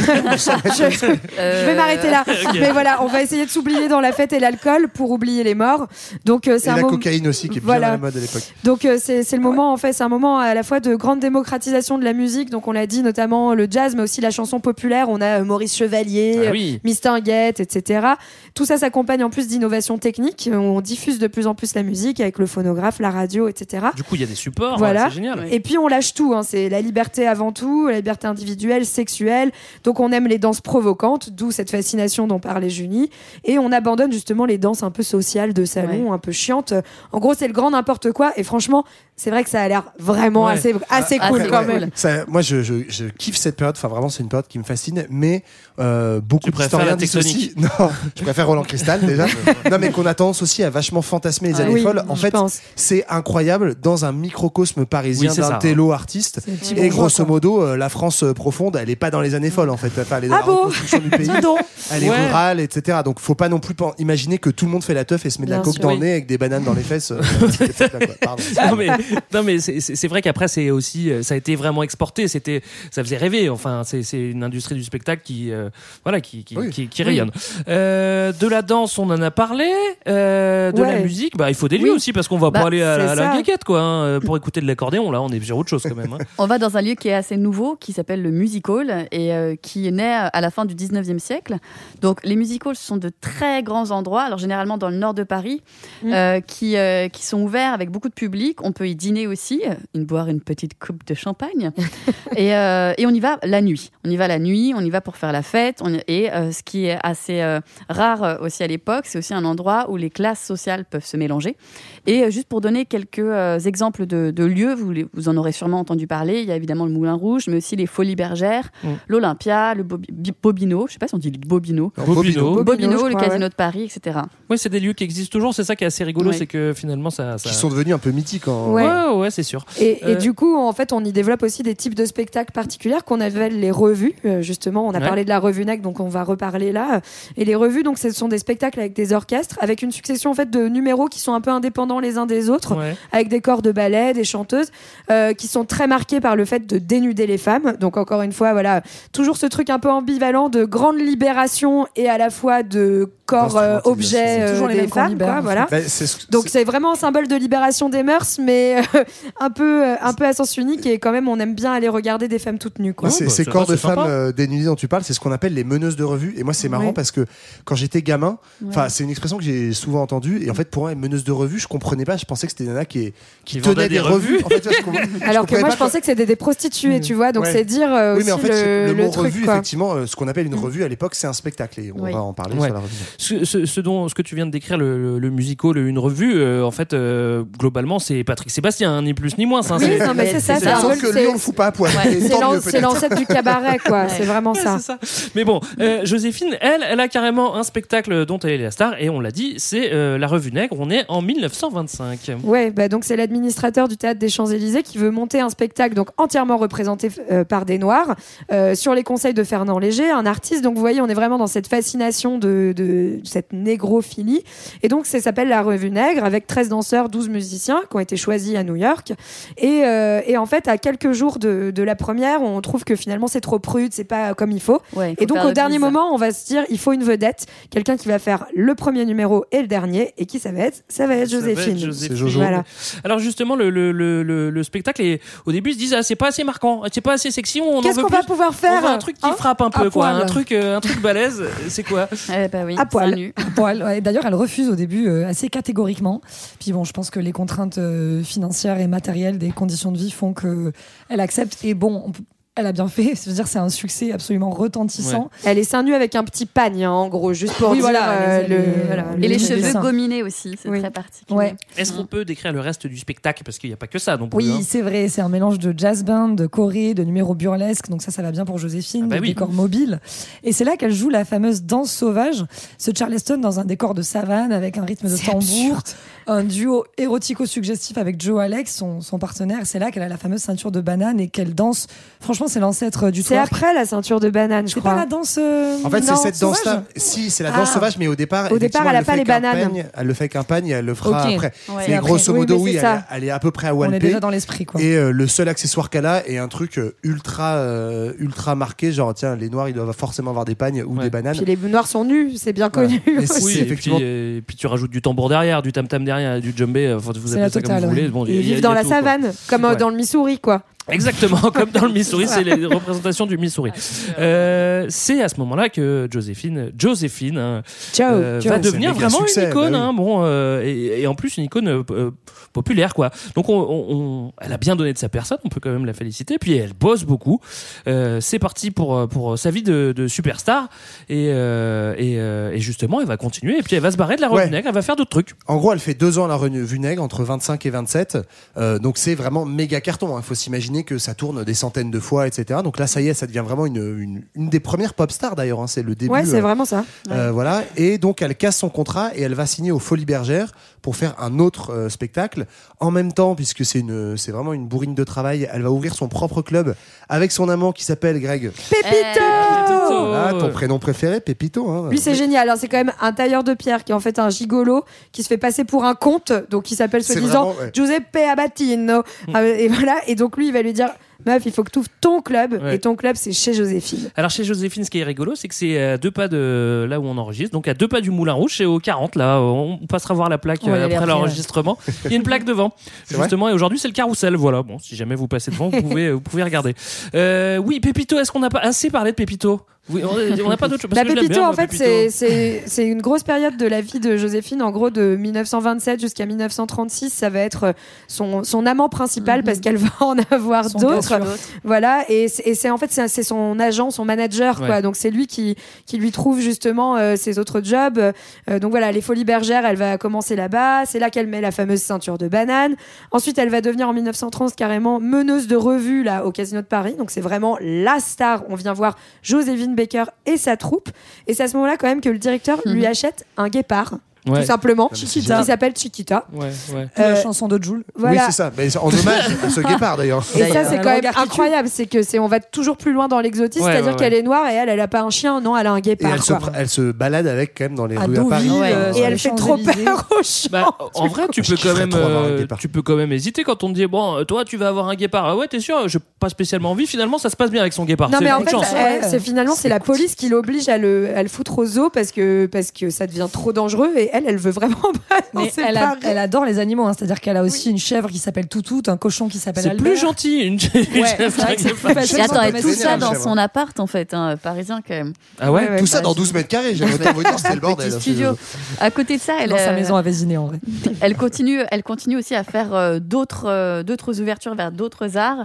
L: je vais m'arrêter là. Okay. Mais voilà, on va essayer de s'oublier dans la fête et l'alcool pour oublier les morts. Donc c'est
J: et la cocaïne aussi qui est bien à la mode à l'époque.
L: Donc c'est le moment en fait, c'est un moment à la fois de grande démocratisation de la musique. Donc on l'a dit, notamment le jazz, mais aussi la chanson populaire. On a Maurice Chevalier, Mistinguett, etc. Tout ça s'accompagne en plus d'innovations techniques. On diffuse de plus en plus la musique avec le phonographe, la radio, etc.
H: Du coup, il y a des supports.
L: Voilà.
H: C'est génial.
L: Et puis on lâche tout. Hein. C'est la liberté avant tout, la liberté individuelle, sexuelle. Donc on aime les danses provocantes, d'où cette fascination dont parlait Julie. Et on abandonne justement les danses un peu sociales de salon, un peu chiantes. En gros, c'est le grand n'importe quoi. Et franchement, c'est vrai que ça a l'air vraiment assez cool quand même.
J: Ça, moi, je kiffe cette période. Enfin, vraiment, c'est une période qui me fascine. Mais beaucoup
H: d'historiens disent aussi...
J: Non, je préfère Roland Cristal déjà. Non, mais qu'on a tendance aussi à vachement fantasmer les années folles. En fait, c'est incroyable dans un microcosme parisien d'un télo artiste. Et grosso modo, la France profonde, elle est pas dans les années folles en fait. Enfin, elle est dans la reconstruction du pays. Elle est rurale, etc. Donc, faut pas non plus imaginer que tout le monde fait la teuf et se met de la coke dans le nez avec des bananes dans les fesses.
H: Non mais c'est vrai qu'après c'est aussi ça a été vraiment exporté. Ça faisait rêver. Enfin, c'est une industrie du spectacle qui rayonne. De la danse, on en a parlé. De la musique, il faut des lieux aussi parce qu'on va pas aller à la guinguette quoi. Hein, pour écouter de l'accordéon, là, on est sur autre chose quand même. Hein.
I: On va dans un lieu qui est assez nouveau, qui s'appelle le Music Hall et qui est né à la fin du 19e siècle. Donc les music halls sont de très grands endroits, alors généralement dans le nord de Paris, qui sont ouverts avec beaucoup de public. On peut y dîner aussi, boire une petite coupe de champagne. et on y va la nuit. On y va pour faire la fête. Ce qui est assez rare aussi à l'époque, c'est aussi un endroit où les classes sociales peuvent se mélanger. Et juste pour donner quelques exemples de lieux, vous en aurez sûrement entendu parler. Il y a évidemment le Moulin Rouge, mais aussi les Folies Bergères, l'Olympia, le Bobino, je ne sais pas si on dit Bobino, le Casino de Paris, etc.
H: Oui, c'est des lieux qui existent toujours. C'est ça qui est assez rigolo, c'est que finalement ça...
J: Qui sont devenus un peu mythiques.
H: Ouais, c'est sûr.
L: Et du coup, en fait, on y développe aussi des types de spectacles particuliers qu'on appelle les revues. Justement, on a parlé de la revue NEC, donc on va reparler là. Et les revues, donc, ce sont des spectacles avec des orchestres, avec une succession en fait de numéros qui sont un peu indépendants les uns des autres, avec des corps de ballet, des chanteuses, qui sont très marqués par le fait de dénuder les femmes. Donc encore une fois, voilà, toujours ce truc un peu ambivalent de grande libération et à la fois de corps objet des femmes, quoi, voilà. Donc c'est vraiment un symbole de libération des mœurs, mais un peu à sens unique, et quand même on aime bien aller regarder des femmes toutes nues, quoi.
J: Ces corps de femmes dénudées dont tu parles, c'est ce qu'on appelle les meneuses de revue. Et moi c'est marrant parce que quand j'étais gamin, c'est une expression que j'ai souvent entendue, et en fait pour moi meneuse de revue, je comprenais pas, je pensais que c'était des nanas qui tenaient des revues. En fait,
L: alors que moi je pensais que c'était des prostituées, tu vois, donc c'est dire
J: oui, mais en fait le mot
L: truc,
J: revue,
L: quoi.
J: Effectivement, ce qu'on appelle une revue à l'époque, c'est un spectacle, et on va en parler sur la revue.
H: Ce que tu viens de décrire, le musical, une revue, en fait, globalement, c'est Patrick Sébastien, ni plus ni moins.
L: Oui, non, mais c'est ça.
J: Sauf que lui, on le fout pas à poil.
L: C'est l'ancêtre du cabaret, quoi. C'est vraiment ça.
H: Mais bon, Joséphine, elle a carrément un spectacle dont elle est la star, et on l'a dit, c'est la Revue Nègre. On est en 1925.
L: Ouais, donc c'est l'administrateur du théâtre des Champs-Élysées qui veut monter un spectacle donc entièrement représenté par des Noirs, sur les conseils de Fernand Léger, un artiste. Donc vous voyez, on est vraiment dans cette fascination de cette négrophilie. Et donc ça s'appelle la Revue Nègre, avec 13 danseurs, 12 musiciens qui ont été choisis à New York. Et en fait, à quelques jours de la première, on trouve que finalement c'est trop prude, c'est pas comme il faut.
I: Ouais,
L: et donc au dernier moment, on va se dire, il faut une vedette, quelqu'un qui va faire le premier numéro et le dernier. Et qui ça va être Joséphine.
J: C'est Jojo.
L: Voilà.
H: Alors justement, le spectacle, au début, ils se disent c'est pas assez marquant, c'est pas assez sexy.
L: Qu'est-ce qu'on va pouvoir faire?
H: On veut un truc qui frappe un peu, quoi. Un truc balèze. C'est quoi?
I: Oui,
K: à poil. À poil. Ouais. D'ailleurs, elle refuse au début assez catégoriquement. Puis bon, je pense que les contraintes financières et matérielles des conditions de vie font qu'elle accepte. Et bon, elle a bien fait, c'est-à-dire c'est un succès absolument retentissant.
L: Ouais. Elle est seins nus avec un petit pagne, en gros, juste pour dire
I: et les cheveux gominés aussi, c'est très particulier.
K: Ouais.
H: Est-ce qu'on peut décrire le reste du spectacle, parce qu'il n'y a pas que ça non plus?
K: Oui, c'est vrai, c'est un mélange de jazz band, de choré, de numéros burlesques, donc ça va bien pour Joséphine, de décors mobiles. Et c'est là qu'elle joue la fameuse danse sauvage, ce Charleston dans un décor de savane avec un rythme de tambour, un duo érotico-suggestif avec Joe Alex, son partenaire. C'est là qu'elle a la fameuse ceinture de banane et qu'elle danse. Franchement, c'est l'ancêtre du twerk.
L: C'est après la ceinture de banane, je crois.
K: C'est pas la danse.
J: En fait, c'est cette danse-là. Si, c'est la danse sauvage, mais au départ,
L: elle a pas les bananes.
J: Elle le fait avec un pagne, elle le fera après. Ouais. Mais grosso modo, oui, elle est à peu près à walper.
K: On est déjà dans l'esprit, quoi.
J: Et le seul accessoire qu'elle a est un truc ultra marqué, genre tiens, les Noirs, ils doivent forcément avoir des pagnes ou des bananes.
L: Puis les Noirs sont nus, c'est bien connu.
J: Oui, effectivement.
H: Et puis tu rajoutes du tambour derrière, du tam-tam derrière, du djembé. Vous appelez ça comme vous voulez.
L: Bon, ils vivent dans la savane, comme dans le Missouri, quoi.
H: Exactement, comme dans le Missouri, c'est les représentations du Missouri. C'est à ce moment-là que Joséphine va devenir vraiment une icône. Et en plus une icône populaire, quoi. Donc elle a bien donné de sa personne, on peut quand même la féliciter. Puis elle bosse beaucoup. C'est parti pour sa vie de superstar. Et justement, elle va continuer. Et puis elle va se barrer de la Revue Nègre. Elle va faire d'autres trucs.
J: En gros, elle fait 2 ans à la Revue Nègre, entre 25 et 27. Donc c'est vraiment méga carton. Il faut s'imaginer que ça tourne des centaines de fois, etc. Donc là, ça y est, ça devient vraiment une des premières pop stars d'ailleurs. C'est le début.
L: Ouais, c'est vraiment ça.
J: Voilà. Et donc, elle casse son contrat et elle va signer aux Folies Bergères pour faire un autre spectacle. En même temps, puisque c'est vraiment une bourrine de travail, elle va ouvrir son propre club avec son amant qui s'appelle Greg.
L: Pépito.
J: Ah, ton prénom préféré, Pépito. Hein.
L: Lui, c'est génial. Alors, c'est quand même un tailleur de pierre qui est en fait un gigolo qui se fait passer pour un comte, donc il s'appelle soi-disant Giuseppe Abatino. Et voilà. Et donc lui, il va lui dire: meuf, il faut que tu ouvres ton club. Et ton club, c'est chez Joséphine.
H: Alors chez Joséphine, ce qui est rigolo, c'est que c'est à 2 pas de là où on enregistre, donc à 2 pas du Moulin Rouge, c'est au 40 là. On passera voir la plaque après l'enregistrement. Il y a une plaque devant, justement. Et aujourd'hui, c'est le carrousel. Voilà. Bon, si jamais vous passez devant, vous pouvez regarder. Oui, Pépito. Est-ce qu'on n'a pas assez parlé de Pépito? Oui, on n'a pas d'autre chose.
L: Pépito, en fait, c'est une grosse période de la vie de Joséphine. En gros, de 1927 jusqu'à 1936, ça va être son amant principal parce qu'elle va en avoir d'autres. Voilà, et c'est en fait c'est son agent, son manager, quoi. Donc c'est lui qui lui trouve justement ses autres jobs. Donc voilà, les Folies Bergères, elle va commencer là-bas. C'est là qu'elle met la fameuse ceinture de banane. Ensuite, elle va devenir en 1930 carrément meneuse de revue là au Casino de Paris. Donc c'est vraiment la star. On vient voir Joséphine Baker et sa troupe, et c'est à ce moment-là quand même que le directeur lui achète un guépard. Tout simplement, Chiquita, qui s'appelle Chiquita.
K: La chanson de Jul.
J: Voilà. Oui, c'est ça. Mais en hommage à ce guépard d'ailleurs.
L: Et ça, c'est quand même incroyable. C'est que on va toujours plus loin dans l'exotisme, c'est-à-dire qu'elle est noire et elle a pas un chien, non, elle a un guépard.
J: Et elle se balade avec quand même dans les rues à Paris.
L: Et elle fait trop peur aux gens.
H: En vrai, tu peux quand même hésiter quand on te dit bon, toi, tu vas avoir un guépard. Ah ouais, t'es sûr? J'ai pas spécialement envie. Finalement, ça se passe bien avec son guépard.
L: Non, mais en fait, c'est la police qui l'oblige à le foutre au zoo parce que ça devient trop dangereux. Et elle veut vraiment pas.
K: Mais elle adore les animaux, hein. C'est-à-dire qu'elle a aussi une chèvre qui s'appelle Toutout, un cochon qui s'appelle Albert.
H: C'est plus gentil, une chèvre.
I: Attends, et tout ça dans son appart, en fait, parisien quand même.
J: Ah ouais, tout ça dans 12 mètres carrés. J'aimerais bien vous dire, c'était le bordel.
I: Studio. À côté de ça,
K: dans sa maison à Vésiné, en vrai.
I: Elle continue aussi à faire d'autres ouvertures vers d'autres arts.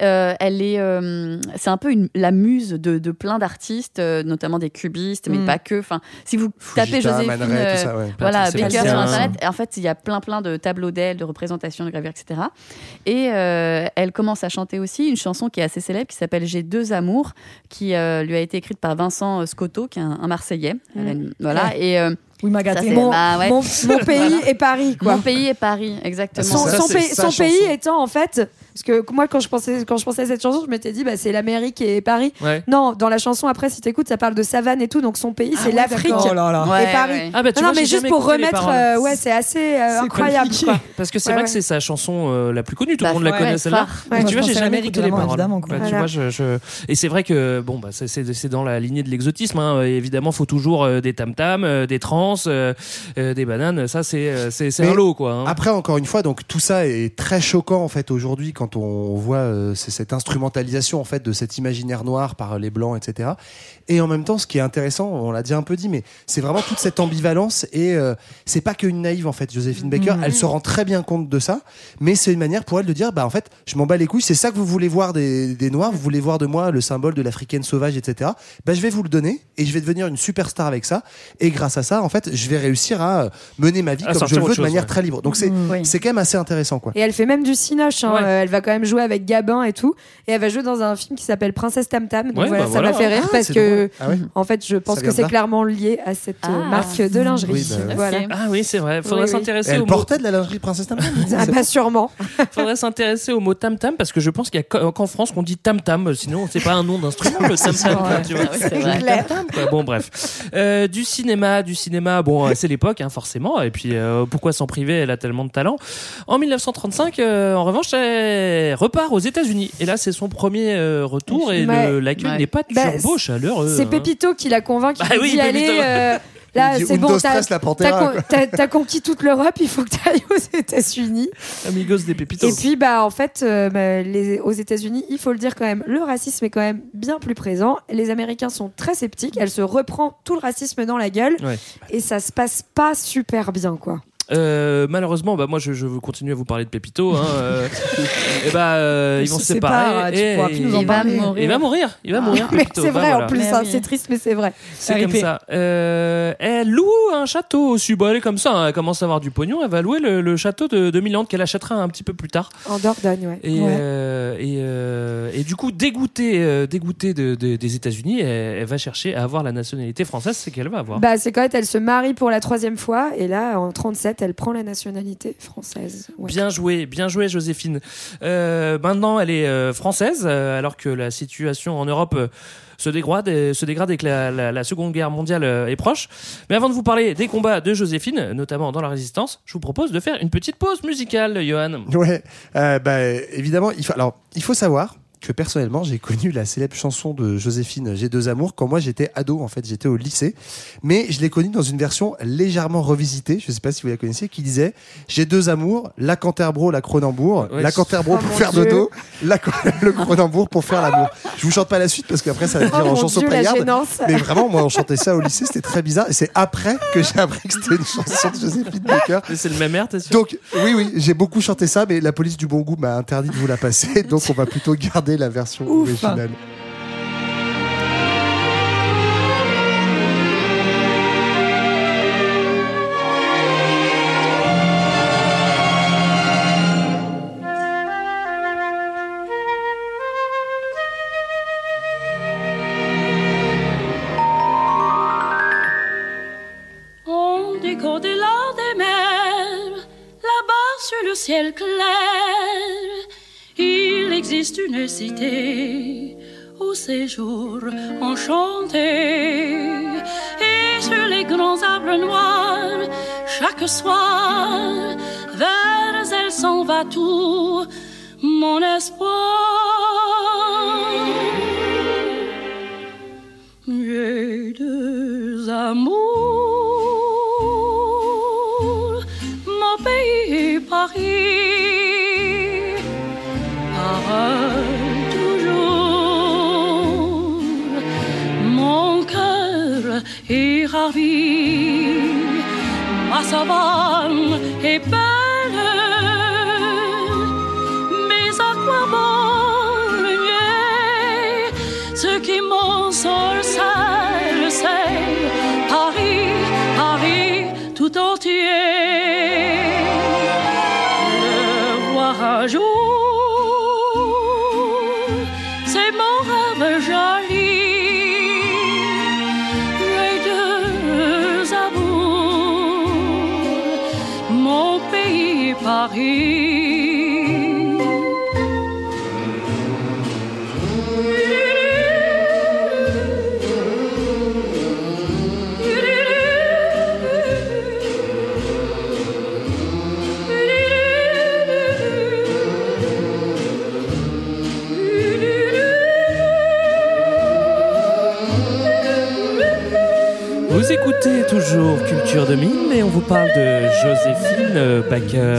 I: C'est un peu la muse de plein d'artistes, notamment des cubistes, mais pas que. Enfin, si vous tapez Joséphine, Voilà, Baker sur Internet. Et en fait, il y a plein de tableaux d'elle, de représentations, de gravures, etc. Et elle commence à chanter aussi une chanson qui est assez célèbre, qui s'appelle J'ai deux amours, qui lui a été écrite par Vincent Scotto, qui est un Marseillais. Voilà. Et
K: oui, Magaté. Mon pays est Paris, quoi.
I: Mon pays est Paris, exactement.
K: Son pays étant, en fait, parce que moi, quand je pensais à cette chanson, je m'étais dit, c'est l'Amérique et Paris. Ouais. Non, dans la chanson, après, si t'écoutes, ça parle de savane et tout, donc son pays, c'est l'Afrique et Paris.
H: Ah, bah, tu vois,
K: mais juste pour remettre, c'est assez incroyable, quoi.
H: Parce que c'est vrai que c'est sa chanson la plus connue, tout le monde la connaît, celle-là. Tu vois, j'ai jamais écouté les paroles. Tu vois, et c'est vrai que, c'est dans la lignée de l'exotisme, évidemment, faut toujours des tam-tams, des trans, des bananes, ça c'est un lot, quoi.
J: Après, encore une fois, donc tout ça est très choquant en fait aujourd'hui quand on voit cette instrumentalisation en fait de cet imaginaire noir par les blancs, etc. Et en même temps, ce qui est intéressant, on l'a déjà un peu dit, mais c'est vraiment toute cette ambivalence et c'est pas qu'une naïve en fait, Joséphine Baker, elle se rend très bien compte de ça, mais c'est une manière pour elle de dire, en fait, je m'en bats les couilles, c'est ça que vous voulez voir des noirs, vous voulez voir de moi le symbole de l'africaine sauvage, etc. Je vais vous le donner et je vais devenir une superstar avec ça, et grâce à ça, en fait, je vais réussir à mener ma vie comme je le veux de manière très libre. Donc c'est quand même assez intéressant, quoi.
K: Et elle fait même du cinoche, elle va quand même jouer avec Gabin et tout, et elle va jouer dans un film qui s'appelle Princesse Tam Tam. Donc ça m'a fait rire parce que en fait, je pense que c'est clairement lié à cette marque de lingerie. Voilà.
H: Ah oui, c'est vrai. Faudrait s'intéresser
J: au mot. Elle portait de la lingerie Princesse Tam Tam.
K: Pas sûrement.
H: Faudrait s'intéresser au mot Tam Tam parce que je pense qu'il y a qu'en France qu'on dit Tam Tam. Sinon, c'est pas un nom d'instrument, le Tam Tam.
K: C'est clair.
H: Bon, bref. Du cinéma. Bon, c'est l'époque, forcément. Et puis, pourquoi s'en priver? Elle a tellement de talent. En 1935, en revanche, elle repart aux États-Unis. Et là, c'est son premier retour et l'accueil n'est pas turbo chaleureux.
K: C'est Pépito qui la convainc d'y aller. Là, c'est bon, t'as conquis toute l'Europe, il faut que t'ailles aux États-Unis.
H: Amigos des Pépitos.
K: Et puis, en fait, aux États-Unis, il faut le dire quand même, le racisme est quand même bien plus présent. Les Américains sont très sceptiques, elle se reprend tout le racisme dans la gueule, et ça se passe pas super bien, quoi.
H: Malheureusement, moi je veux continuer à vous parler de Pépito. Ils vont se séparer. Il va mourir.
K: Mais
H: Pépito,
K: c'est vrai en plus, c'est triste, mais c'est vrai.
H: C'est comme ça. Elle loue un château aussi. Elle est comme ça. Elle commence à avoir du pognon. Elle va louer le château de Milan qu'elle achètera un petit peu plus tard.
K: En Dordogne,
H: Et du coup, dégoûtée des États-Unis, elle va chercher à avoir la nationalité française. C'est qu'elle va avoir.
K: C'est quand elle se marie pour la 3e fois, et là en 37. Elle prend la nationalité française.
H: Bien joué, Joséphine. Maintenant, elle est française, alors que la situation en Europe se dégrade et que la Seconde Guerre mondiale est proche. Mais avant de vous parler des combats de Joséphine, notamment dans la Résistance, je vous propose de faire une petite pause musicale, Johan.
J: Ouais, évidemment, il faut savoir que personnellement j'ai connu la célèbre chanson de Joséphine J'ai deux amours quand moi j'étais ado, en fait j'étais au lycée, mais je l'ai connue dans une version légèrement revisitée, je sais pas si vous la connaissez, qui disait j'ai deux amours, la Canterbro, la Cronenbourg, la Canterbro pour faire dodo, le Cronenbourg pour faire l'amour. Je vous chante pas la suite parce qu'après ça va devenir en chanson paillarde, mais vraiment moi on chantait ça au lycée, c'était très bizarre, et c'est après que j'ai appris que c'était une chanson de Joséphine Baker.
H: Mais c'est le même air, t'es sûr?
J: Donc oui, j'ai beaucoup chanté ça, mais la police du bon goût m'a interdit de vous la passer, donc on va plutôt garder la version originale.
O: On dit qu'au-delà des mers, là-bas sur le ciel clair, il existe une cité au séjour enchanté. Et sur les grands arbres noirs, chaque soir, vers elle s'en va tout mon espoir. J'ai deux amours, mon pays et Paris. Toujours, mon cœur est ravi, ma savane est belle, mais à quoi bon le nier? Ce qui m'ensorcelle, c'est Paris, Paris tout entier. un jour, c'est mon rêve joli. Les deux amours, mon pays Paris.
H: Vous écoutez toujours Culture 2000 et on vous parle de Joséphine Baker.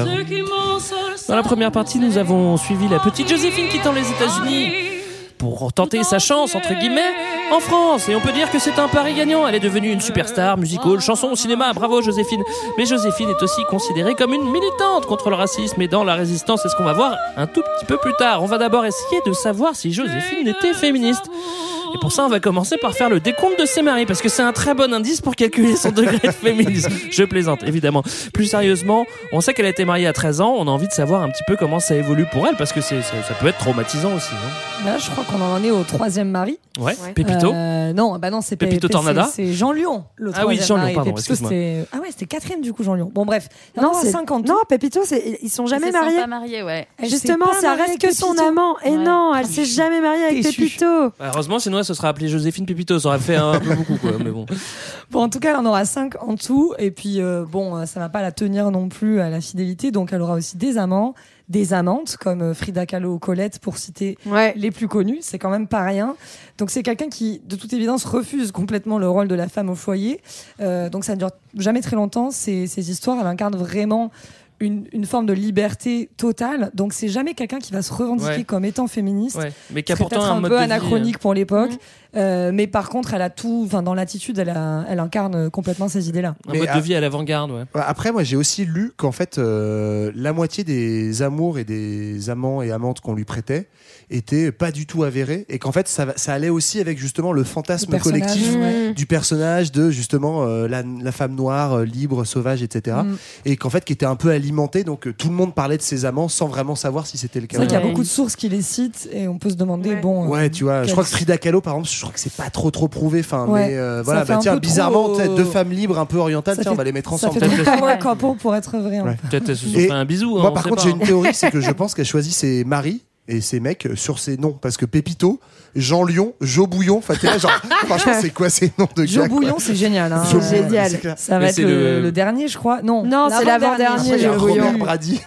H: Dans la première partie, nous avons suivi la petite Joséphine quittant les États-Unis pour tenter sa chance, entre guillemets, en France. Et on peut dire que c'est un pari gagnant. Elle est devenue une superstar, musical, chanson, cinéma. Bravo Joséphine. Mais Joséphine est aussi considérée comme une militante contre le racisme et dans la résistance. C'est ce qu'on va voir un tout petit peu plus tard. On va d'abord essayer de savoir si Joséphine était féministe. Et pour ça, on va commencer par faire le décompte de ses maris, parce que c'est un très bon indice pour calculer son degré de féminisme. Je plaisante, évidemment. Plus sérieusement, on sait qu'elle a été mariée à 13 ans. On a envie de savoir un petit peu comment ça évolue pour elle, parce que ça peut être traumatisant aussi, non ?
K: Là, je crois qu'on en est au 3e mari.
H: Ouais. Pépito.
K: Non, c'est
H: Pépito Tornada.
K: C'est Jean Lyon, le 3e mari.
H: Ah oui, Jean Lyon, pardon,
K: Pépito,
H: excuse-moi.
K: c'était 4e du coup, Jean Lyon. Bon, bref.
L: Non, c'est 50. Non, Pépito, ils sont jamais mariés.
I: Ils sont pas mariés, ouais.
L: Justement, ça reste que son amant. Et non, elle s'est jamais mariée avec Pépito.
H: Heureusement, sinon elle se serait appelée Joséphine Pépito. Ça aurait fait un peu beaucoup, quoi. Mais bon.
K: Bon, en tout cas, elle en aura 5 en tout. Et puis, ça va pas la tenir non plus à la fidélité. Donc, elle aura aussi des amants, des amantes, comme Frida Kahlo ou Colette, pour citer les plus connus. C'est quand même pas rien. Donc, c'est quelqu'un qui, de toute évidence, refuse complètement le rôle de la femme au foyer. Donc, ça ne dure jamais très longtemps. Ces histoires, elle incarne vraiment une forme de liberté totale. Donc, c'est jamais quelqu'un qui va se revendiquer comme étant féministe. Ouais.
H: Mais qui a pourtant
K: un
H: mode
K: peu
H: de
K: anachronique pour l'époque. Mais par contre, elle a tout, dans l'attitude, elle incarne complètement ces idées-là.
H: Un mode de vie à l'avant-garde, ouais.
J: Après, moi, j'ai aussi lu qu'en fait, la moitié des amours et des amants et amantes qu'on lui prêtait étaient pas du tout avérés, et qu'en fait, ça allait aussi avec justement le fantasme collectif du personnage de justement la femme noire, libre, sauvage, etc. Et qu'en fait, qui était un peu alimenté, donc tout le monde parlait de ses amants sans vraiment savoir si c'était le cas.
K: C'est vrai qu'il y a beaucoup de sources qui les citent, et on peut se demander,
J: tu vois, je crois que Frida Kahlo, par exemple, je crois que c'est pas trop prouvé. Mais voilà, tiens, bizarrement, deux femmes libres un peu orientales, tiens, on va les mettre ensemble.
K: Ça fait trop pour être vrai.
H: Peut-être elles se sont fait un bisou.
J: Moi, par contre, j'ai une théorie, c'est que je pense qu'elle choisit ses maris et ces mecs sur ces noms, parce que Pépito, Jean Lyon, Jo Bouillon, genre, franchement, c'est quoi ces noms de gars?
K: Jo Bouillon, c'est génial, hein.
L: C'est génial.
K: Ça va être le dernier, je crois. Non,
L: c'est l'avant-dernier, Jo Bouillon.
J: Brady,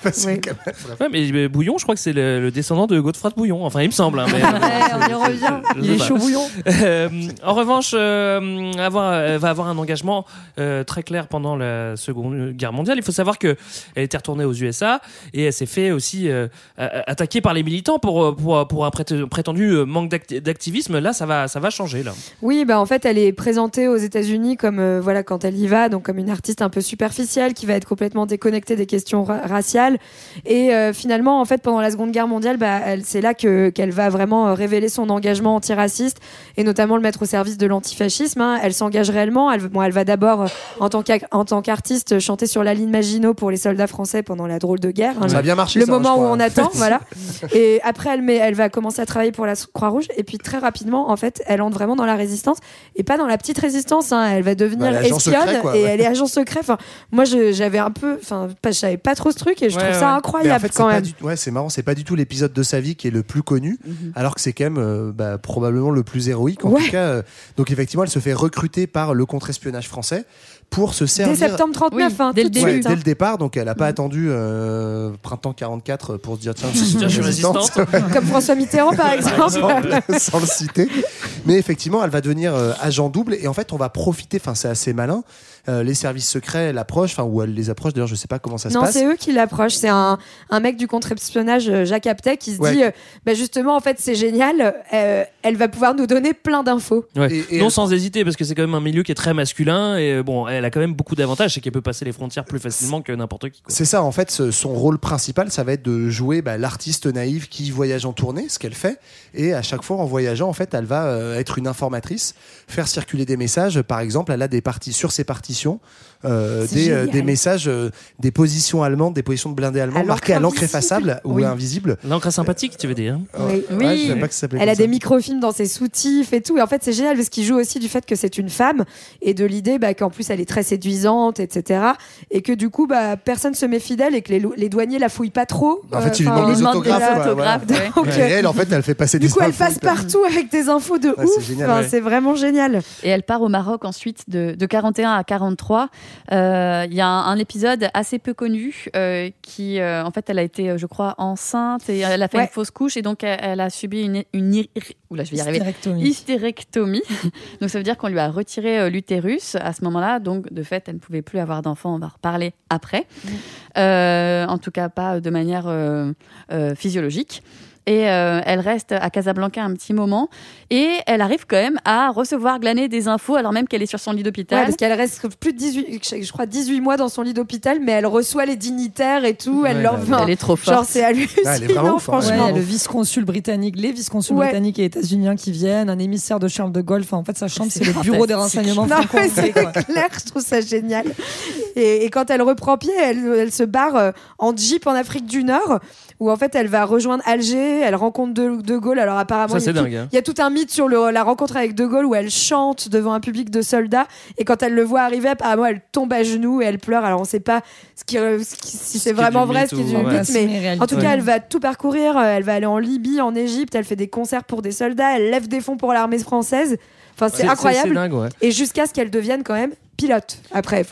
H: mais Bouillon, je crois que c'est le descendant de Godefroy de Bouillon. Enfin, il me semble.
K: On y revient. Il est chaud Bouillon.
H: En revanche, elle va avoir un engagement très clair pendant la Seconde Guerre mondiale. Il faut savoir qu'elle était retournée aux USA et elle s'est fait aussi attaquer par les militants pour un prétendu manque d'activisme. Là, ça va changer, là.
L: Oui, en fait, elle est présentée aux États-Unis comme quand elle y va, donc comme une artiste un peu superficielle qui va être complètement déconnectée des questions raciales. Et finalement, en fait, pendant la Seconde Guerre mondiale, c'est là qu'elle va vraiment révéler son engagement antiraciste et notamment le mettre au service de l'antifascisme. Elle s'engage réellement. Elle va d'abord, en tant qu'artiste, chanter sur la ligne Maginot pour les soldats français pendant la drôle de guerre.
J: Ça a bien marché.
L: Le moment où on attend, voilà. Et après, elle va commencer à travailler pour la Croix-Rouge. Et puis très rapidement, en fait, elle entre vraiment dans la résistance et pas dans la petite résistance. Elle va devenir espionne et elle est agent secret. Enfin, moi, j'avais un peu, je savais pas trop ce truc et je trouve ça incroyable quand même.
J: C'est marrant, c'est pas du tout l'épisode de sa vie qui est le plus connu, alors que c'est quand même probablement le plus héroïque. En tout cas, donc effectivement, elle se fait recruter par le contre-espionnage français pour se servir.
L: Dès septembre 39,
J: dès le départ, donc elle n'a pas attendu printemps 44 pour se dire tiens, je suis résistante.
L: Comme François Mitterrand par exemple.
J: Sans le citer. Mais effectivement, elle va devenir agent double et en fait, on va profiter, c'est assez malin. Les services secrets l'approchent, ou elle les approche, d'ailleurs je sais pas comment ça se passe.
L: Non, c'est eux qui l'approchent, c'est un mec du contre-espionnage, Jacques Aptet, qui se dit justement en fait c'est génial, elle va pouvoir nous donner plein d'infos.
H: Non, sans hésiter, parce que c'est quand même un milieu qui est très masculin et bon, elle a quand même beaucoup d'avantages, c'est qu'elle peut passer les frontières plus facilement que n'importe qui.
J: C'est ça, en fait, son rôle principal, ça va être de jouer l'artiste naïve qui voyage en tournée, ce qu'elle fait, et à chaque fois en voyageant, en fait, elle va être une informatrice, faire circuler des messages. Par exemple, elle a sur ses partitions des messages, des positions allemandes, des positions de blindés allemands marquées à l'encre effaçable ou invisible.
H: L'encre sympathique, tu veux dire?
L: Oui. Elle a des microfilms dans ses soutifs et tout. Et en fait, c'est génial parce qu'il joue aussi du fait que c'est une femme et de l'idée qu'en plus elle est très séduisante, etc. Et que du coup, personne se met fidèle et que les douaniers la fouillent pas trop.
J: En fait, il lui demande des autographes. Et elle, en fait, elle fait passer des infos.
L: Du coup, elle passe partout avec des infos de ouf. C'est génial, c'est vraiment génial.
I: Et elle part au Maroc ensuite de 41 à 43. Il y a un épisode assez peu connu qui, en fait, elle a été, je crois, enceinte et elle a fait une fausse couche et donc elle a subi une hystérectomie. Donc ça veut dire qu'on lui a retiré l'utérus à ce moment-là. Donc de fait, elle ne pouvait plus avoir d'enfant. On va reparler après. En tout cas, pas de manière physiologique. Et elle reste à Casablanca un petit moment et elle arrive quand même à glaner des infos alors même qu'elle est sur son lit d'hôpital.
L: Ouais, parce qu'elle reste plus de 18 mois dans son lit d'hôpital, mais elle reçoit les dignitaires et tout. Elle
I: est trop forte.
L: Genre, c'est hallucinant, franchement.
K: Le vice-consul britannique, les vice-consuls britanniques et états-uniens qui viennent, un émissaire de Charles de Gaulle. Enfin, en fait, ça chante, c'est le bureau des renseignements franco-anglais.
L: C'est clair, je trouve ça génial. Et quand elle reprend pied, elle se barre en jeep en Afrique du Nord, où en fait elle va rejoindre Alger, elle rencontre De Gaulle. Alors apparemment il y a tout un mythe sur la rencontre avec De Gaulle où elle chante devant un public de soldats et quand elle le voit arriver, apparemment elle tombe à genoux et elle pleure. Alors on sait pas si c'est vraiment vrai, ce qui est du mythe, mais en tout cas elle va tout parcourir. Elle va aller en Libye, en Égypte, elle fait des concerts pour des soldats, elle lève des fonds pour l'armée française. Enfin c'est incroyable.
H: C'est dingue,
L: et jusqu'à ce qu'elle devienne quand même pilote après.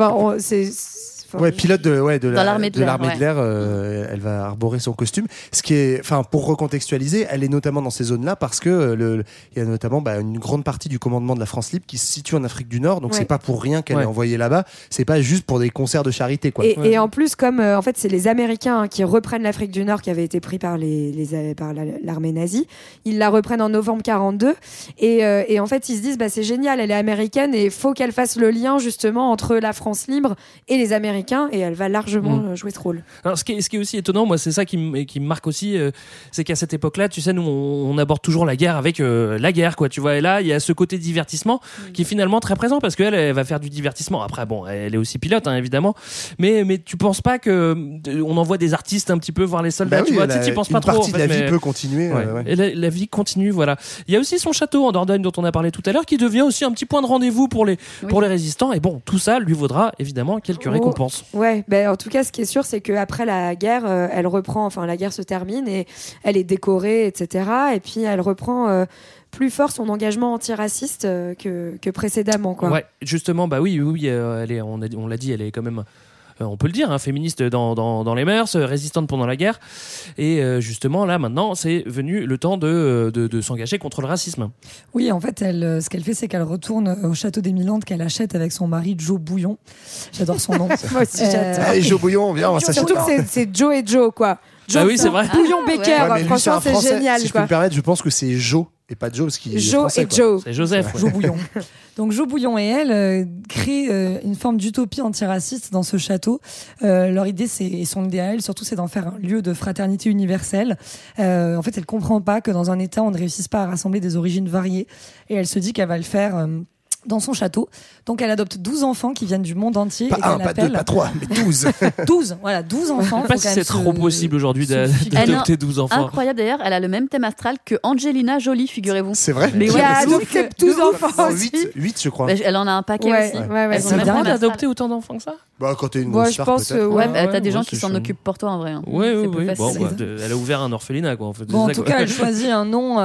J: Pilote de
I: l'armée de
J: l'air, elle va arborer son costume. Ce qui est, pour recontextualiser, elle est notamment dans ces zones-là parce que il y a notamment une grande partie du commandement de la France libre qui se situe en Afrique du Nord, donc c'est pas pour rien qu'elle est envoyée là-bas. C'est pas juste pour des concerts de charité, quoi.
L: Et en plus, comme en fait c'est les Américains qui reprennent l'Afrique du Nord qui avait été pris par par l'armée nazie, ils la reprennent en novembre 42 et en fait ils se disent c'est génial, elle est américaine et faut qu'elle fasse le lien justement entre la France libre et les Américains. Et elle va largement jouer ce rôle.
H: Alors, ce qui est aussi étonnant, moi, c'est ça qui me marque aussi, c'est qu'à cette époque-là, tu sais, nous, on aborde toujours la guerre avec la guerre, quoi. Tu vois, et là, il y a ce côté divertissement qui est finalement très présent parce qu'elle elle va faire du divertissement. Après, elle est aussi pilote, évidemment, mais tu penses pas que on envoie des artistes un petit peu voir les soldats, tu vois, tu penses pas trop.
J: Une partie de la vie peut continuer.
H: Et la vie continue, voilà. Il y a aussi son château en Dordogne dont on a parlé tout à l'heure, qui devient aussi un petit point de rendez-vous pour les résistants. Et bon, tout ça lui vaudra évidemment quelques récompenses.
L: Ouais, en tout cas, ce qui est sûr, c'est qu'après la guerre, elle reprend, enfin, la guerre se termine et elle est décorée, etc. Et puis, elle reprend plus fort son engagement antiraciste que précédemment, quoi.
H: Ouais, justement, oui, elle est, on l'a dit, elle est quand même. On peut le dire, féministe dans les mœurs, résistante pendant la guerre. Et justement, là, maintenant, c'est venu le temps de s'engager contre le racisme.
K: Oui, en fait, ce qu'elle fait, c'est qu'elle retourne au château des Milandes qu'elle achète avec son mari Joe Bouillon. J'adore son nom.
L: Moi aussi, j'adore.
J: Allez, Joe Bouillon, viens, on va s'acheter.
L: Surtout que c'est Joe et Joe, quoi.
H: Joe,
L: oui,
H: c'est vrai.
L: Bouillon Becker, franchement, c'est génial.
J: Si je peux me permettre, je pense que c'est Joe et pas Joe, parce qu'il est français,
L: et Joe.
H: C'est Joseph.
K: Joe Bouillon. Donc Joe Bouillon et elle créent une forme d'utopie antiraciste dans ce château. Leur idée, et son idée à elle, surtout, c'est d'en faire un lieu de fraternité universelle. En fait, elle comprend pas que dans un État, on ne réussisse pas à rassembler des origines variées. Et elle se dit qu'elle va le faire dans son château. Donc elle adopte 12 enfants qui viennent du monde entier.
J: Pas un, pas deux, pas trois, mais 12.
K: 12 enfants.
H: Je sais pas si c'est trop possible aujourd'hui d'adopter 12 enfants.
I: Incroyable d'ailleurs, elle a le même thème astral que Angelina Jolie, figurez-vous.
J: C'est vrai.
L: Mais qui a adopté 12 enfants aussi.
J: 8, je crois.
I: Elle en a un paquet aussi.
H: C'est bien d'adopter autant d'enfants que ça.
J: Quand t'es une grosse star, peut-être.
I: T'as des gens qui s'en occupent pour toi en vrai.
H: Oui. Bon, elle a ouvert un orphelinat, quoi.
K: En tout cas, elle choisit un nom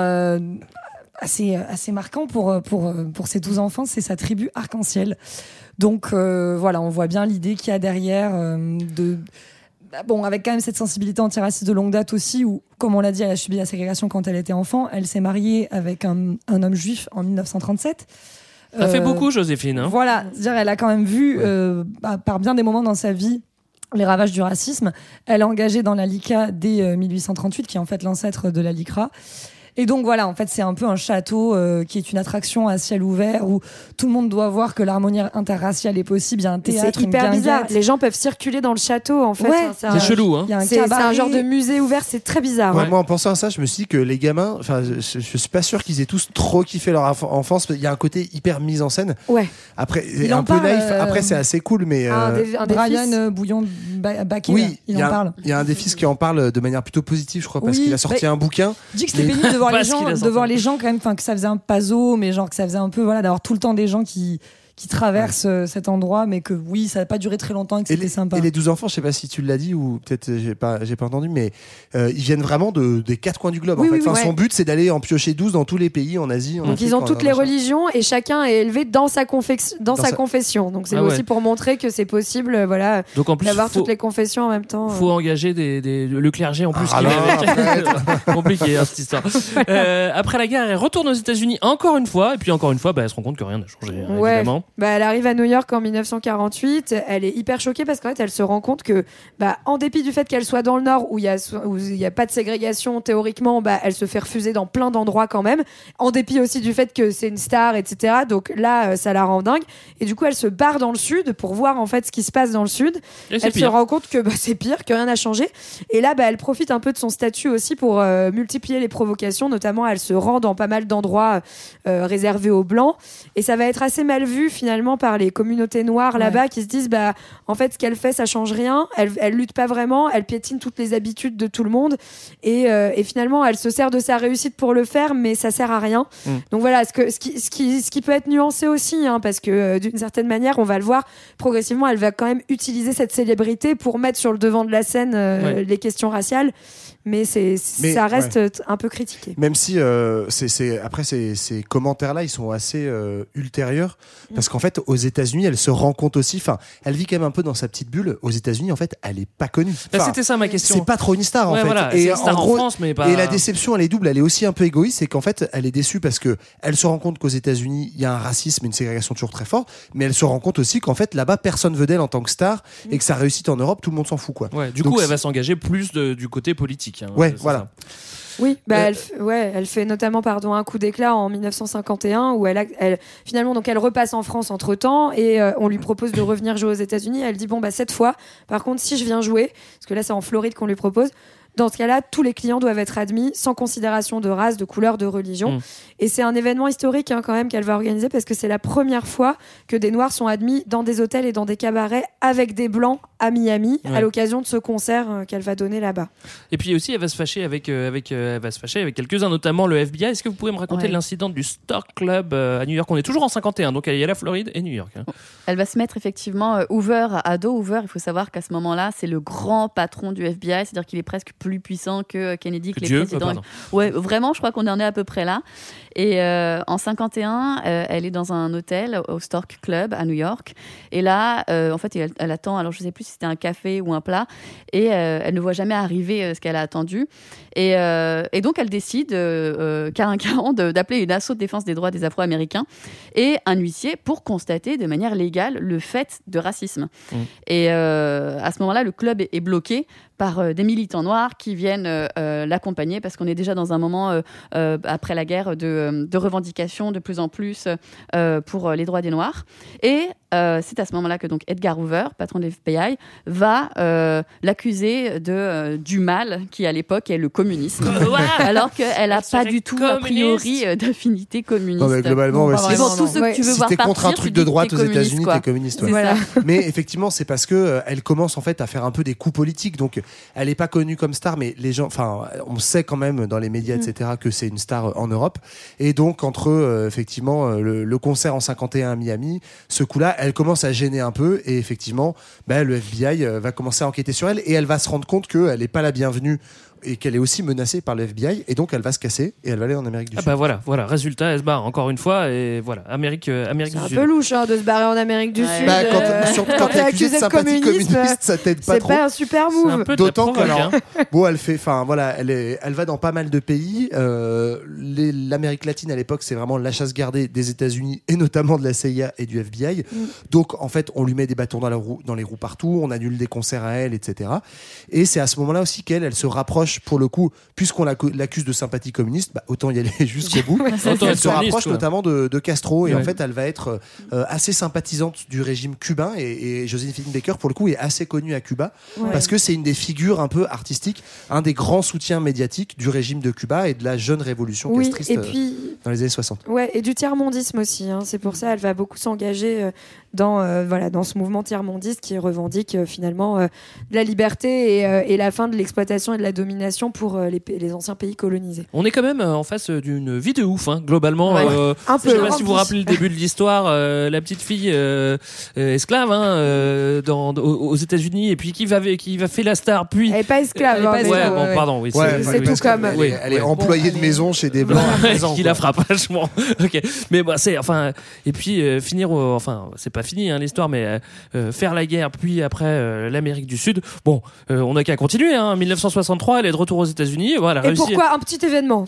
K: assez marquant pour ses 12 enfants, c'est sa tribu Arc-en-Ciel. Donc on voit bien l'idée qu'il y a derrière avec quand même cette sensibilité antiraciste de longue date aussi, où, comme on l'a dit, elle a subi la ségrégation quand elle était enfant. Elle s'est mariée avec un homme juif en 1937.
H: Ça fait beaucoup, Joséphine.
K: Voilà, c'est-à-dire elle a quand même vu par bien des moments dans sa vie les ravages du racisme. Elle est engagée dans la LICA dès 1838, qui est en fait l'ancêtre de la LICRA. Et donc voilà, en fait, c'est un peu un château qui est une attraction à ciel ouvert où tout le monde doit voir que l'harmonie interraciale est possible. Il y a un théâtre,
L: c'est hyper bizarre. Les gens peuvent circuler dans le château, en fait.
K: Ouais,
H: c'est chelou, hein.
L: C'est un genre de musée ouvert, c'est très bizarre.
J: Ouais, moi, en pensant à ça, je me suis dit que les gamins, je suis pas sûr qu'ils aient tous trop kiffé leur enfance. Il y a un côté hyper mise en scène.
L: Ouais.
J: Après, un peu naïf. Après, c'est assez cool, mais
K: Brian Bouillon-Baquet,
J: oui,
K: il en parle.
J: Il y a un des fils qui en parle de manière plutôt positive, je crois, parce qu'il a sorti un bouquin.
K: Je dis que c'était pénible de voir les gens quand même, que ça faisait un puzzle, mais genre que ça faisait un peu d'avoir tout le temps des gens qui traversent cet endroit, mais que oui, ça n'a pas duré très longtemps et que c'était sympa.
J: Et les 12 enfants, je sais pas si tu l'as dit ou peut-être j'ai pas entendu, mais ils viennent vraiment des 4 coins du globe.
L: Oui,
J: en fait.
L: oui,
J: son but, c'est d'aller en piocher 12 dans tous les pays en Asie.
L: Donc ils ont toutes les religions et chacun est élevé dans sa confession. Donc c'est aussi pour montrer que c'est possible,
H: donc en plus,
L: d'avoir toutes les confessions en même temps.
H: Faut engager le clergé en plus. Compliqué cette histoire. Après la guerre, elle retourne aux États-Unis encore une fois, et puis encore une fois, elle se rend compte que rien n'a changé, évidemment.
L: Elle arrive à New York en 1948. Elle est hyper choquée parce qu'en fait, elle se rend compte que, en dépit du fait qu'elle soit dans le Nord où il y a pas de ségrégation théoriquement, elle se fait refuser dans plein d'endroits quand même. En dépit aussi du fait que c'est une star, etc. Donc là, ça la rend dingue. Et du coup, elle se barre dans le Sud pour voir en fait ce qui se passe dans le Sud. Elle se rend compte que c'est pire, que rien n'a changé. Et là, elle profite un peu de son statut aussi pour multiplier les provocations. Notamment, elle se rend dans pas mal d'endroits réservés aux Blancs. Et ça va être assez mal vu finalement par les communautés noires là-bas qui se disent en fait ce qu'elle fait ça change rien, elle lutte pas vraiment, elle piétine toutes les habitudes de tout le monde et finalement elle se sert de sa réussite pour le faire mais ça sert à rien. Donc voilà, ce qui peut être nuancé aussi parce que d'une certaine manière on va le voir progressivement, elle va quand même utiliser cette célébrité pour mettre sur le devant de la scène les questions raciales. Mais ça reste un peu critiqué.
J: Même si après ces commentaires-là, ils sont assez ultérieurs, parce qu'en fait, aux États-Unis, elle se rend compte aussi. Enfin, elle vit quand même un peu dans sa petite bulle. Aux États-Unis, en fait, elle est pas connue.
H: C'était ça ma question.
J: C'est pas trop une star en fait.
H: Voilà,
J: et
H: c'est une star en France, mais pas.
J: Et la déception, elle est double. Elle est aussi un peu égoïste, c'est qu'en fait, elle est déçue parce que elle se rend compte qu'aux États-Unis, il y a un racisme, une ségrégation toujours très forte. Mais elle se rend compte aussi qu'en fait, là-bas, personne veut d'elle en tant que star, et que sa réussite en Europe, tout le monde s'en fout, quoi.
H: Du coup, elle va s'engager plus du côté politique.
J: Voilà.
H: Ça.
L: Oui, elle fait notamment un coup d'éclat en 1951 où elle finalement donc elle repasse en France entre-temps et on lui propose de revenir jouer aux États-Unis. Elle dit cette fois, par contre, si je viens jouer, parce que là c'est en Floride qu'on lui propose. Dans ce cas-là, tous les clients doivent être admis sans considération de race, de couleur, de religion. Et c'est un événement historique quand même qu'elle va organiser parce que c'est la première fois que des Noirs sont admis dans des hôtels et dans des cabarets avec des Blancs à Miami à l'occasion de ce concert qu'elle va donner là-bas.
H: Et puis aussi, elle va se fâcher avec quelques-uns, notamment le FBI. Est-ce que vous pouvez me raconter l'incident du Stork Club à New York? On est toujours en 51, donc il y a la Floride et New York.
I: Elle va se mettre effectivement Hoover à dos. Hoover, il faut savoir qu'à ce moment-là, c'est le grand patron du FBI, c'est-à-dire qu'il est presque plus puissant que Kennedy, que les présidents. Vraiment, je crois qu'on en est à peu près là. Et en 51, elle est dans un hôtel au Stork Club à New York. Et là, en fait, elle attend. Alors, je ne sais plus si c'était un café ou un plat. Et elle ne voit jamais arriver ce qu'elle a attendu. Et donc, elle décide, carrément, d'appeler une asso de défense des droits des Afro-Américains et un huissier pour constater de manière légale le fait de racisme. Et à ce moment-là, le club est bloqué par des militants noirs qui viennent l'accompagner parce qu'on est déjà dans un moment après la guerre de revendication de plus en plus pour les droits des Noirs. Et c'est à ce moment-là que donc Edgar Hoover, patron de l'FBI, va l'accuser du mal qui à l'époque est le communisme, alors qu'elle n'a pas du tout a priori d'affinité communiste.
J: Non, mais globalement,
I: tout ce que tu veux voir
J: t'es
I: partir,
J: contre un truc de droite aux États-Unis, t'es communiste.
I: Voilà.
J: Mais effectivement, c'est parce que elle commence en fait à faire un peu des coups politiques. Donc, elle n'est pas connue comme star, mais les gens, on sait quand même dans les médias, etc., que c'est une star en Europe. Et donc, entre effectivement le concert en 51 à Miami, ce coup-là, elle commence à gêner un peu. Et effectivement, le FBI va commencer à enquêter sur elle et elle va se rendre compte qu'elle n'est pas la bienvenue et qu'elle est aussi menacée par le FBI, et donc elle va se casser et elle va aller en Amérique du Sud.
H: Voilà, résultat, elle se barre encore une fois, et voilà, Amérique du Sud.
L: C'est un peu louche de se barrer en Amérique du Sud.
J: Quand t'es accusé de sympathie communiste, ça t'aide pas trop.
L: C'est pas un super move.
J: D'autant elle fait, elle va dans pas mal de pays. L'Amérique latine à l'époque, c'est vraiment la chasse gardée des États-Unis et notamment de la CIA et du FBI. Donc en fait, on lui met des bâtons dans les roues partout, on annule des concerts à elle, etc. Et c'est à ce moment-là aussi qu'elle se rapproche rapproche, pour le coup, puisqu'on l'accuse de sympathie communiste, autant y aller jusqu'au bout. Elle se rapproche notamment de Castro, et en fait, elle va être assez sympathisante du régime cubain, et Joséphine Baker, pour le coup, est assez connue à Cuba, parce que c'est une des figures un peu artistiques, un des grands soutiens médiatiques du régime de Cuba et de la jeune révolution castriste dans les années 60.
L: Ouais, et du tiers-mondisme aussi. C'est pour ça qu'elle va beaucoup s'engager dans ce mouvement tiers-mondiste qui revendique finalement la liberté et la fin de l'exploitation et de la domination pour les anciens pays colonisés.
H: On est quand même en face d'une vie de ouf, globalement.
L: Un peu.
H: Je sais pas si vous vous rappelez le début de l'histoire, la petite fille esclave aux États-Unis, et puis qui va faire la star, puis
L: elle est pas esclave.
H: Pardon, oui.
L: C'est tout comme.
J: Elle est employée de maison chez des blancs.
H: Qui la frappe vachement. Ok. Mais c'est et puis finir c'est pas fini l'histoire, mais faire la guerre, puis après l'Amérique du Sud. Bon, on n'a qu'à continuer. 1963, elle est de retour aux États-Unis. Voilà,
L: et pourquoi un petit événement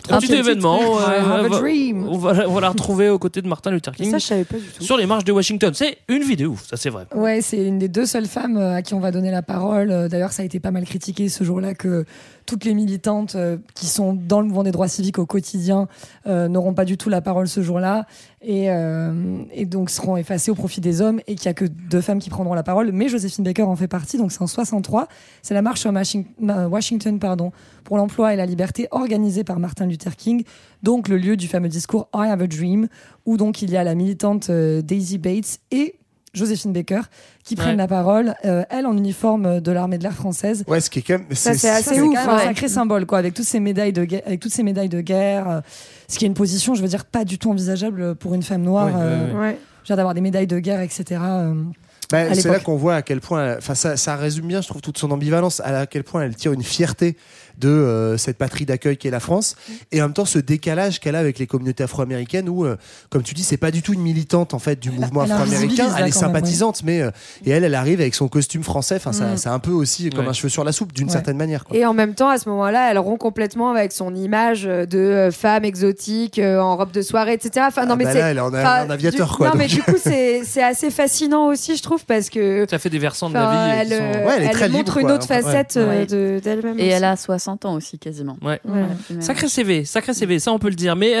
H: on va la retrouver aux côtés de Martin Luther King.
L: Ça, je savais pas du tout.
H: Sur les marches de Washington. C'est une vie de ouf, ça c'est vrai.
K: Ouais, c'est une des 2 seules femmes à qui on va donner la parole. D'ailleurs, ça a été pas mal critiqué ce jour-là que toutes les militantes qui sont dans le mouvement des droits civiques au quotidien n'auront pas du tout la parole ce jour-là et donc seront effacées au profit des hommes, et qu'il n'y a que 2 femmes qui prendront la parole. Mais Joséphine Baker en fait partie, donc c'est en 63. C'est la marche sur Washington pour l'emploi et la liberté, organisée par Martin Luther King, donc le lieu du fameux discours I Have a Dream, où donc il y a la militante Daisy Bates et Joséphine Baker qui prennent la parole, elle en uniforme de l'armée de l'air française.
J: Ouais, ce qui est quand même
L: c'est assez ouf,
K: un sacré symbole avec toutes ces médailles de guerre, ce qui est une position, je veux dire, pas du tout envisageable pour une femme noire. D'avoir des médailles de guerre, etc.
J: C'est là qu'on voit à quel point, ça résume bien, je trouve, toute son ambivalence, à quel point elle tire une fierté de cette patrie d'accueil qu'est la France, et en même temps ce décalage qu'elle a avec les communautés afro-américaines où, comme tu dis, c'est pas du tout une militante en fait du mouvement afro-américain, elle est sympathisante, mais et elle arrive avec son costume français, c'est un peu aussi comme un cheveu sur la soupe d'une certaine manière, quoi.
L: Et en même temps, à ce moment-là, elle rompt complètement avec son image de femme exotique en robe de soirée, etc.
J: Elle est en aviateur, quoi.
L: Non, mais du coup, c'est assez fascinant aussi, je trouve, parce que
H: ça fait des versants de la vie.
L: Elle montre une autre facette d'elle-même.
I: Et elle a 60 ans aussi, quasiment.
H: Sacré CV, ça on peut le dire. Mais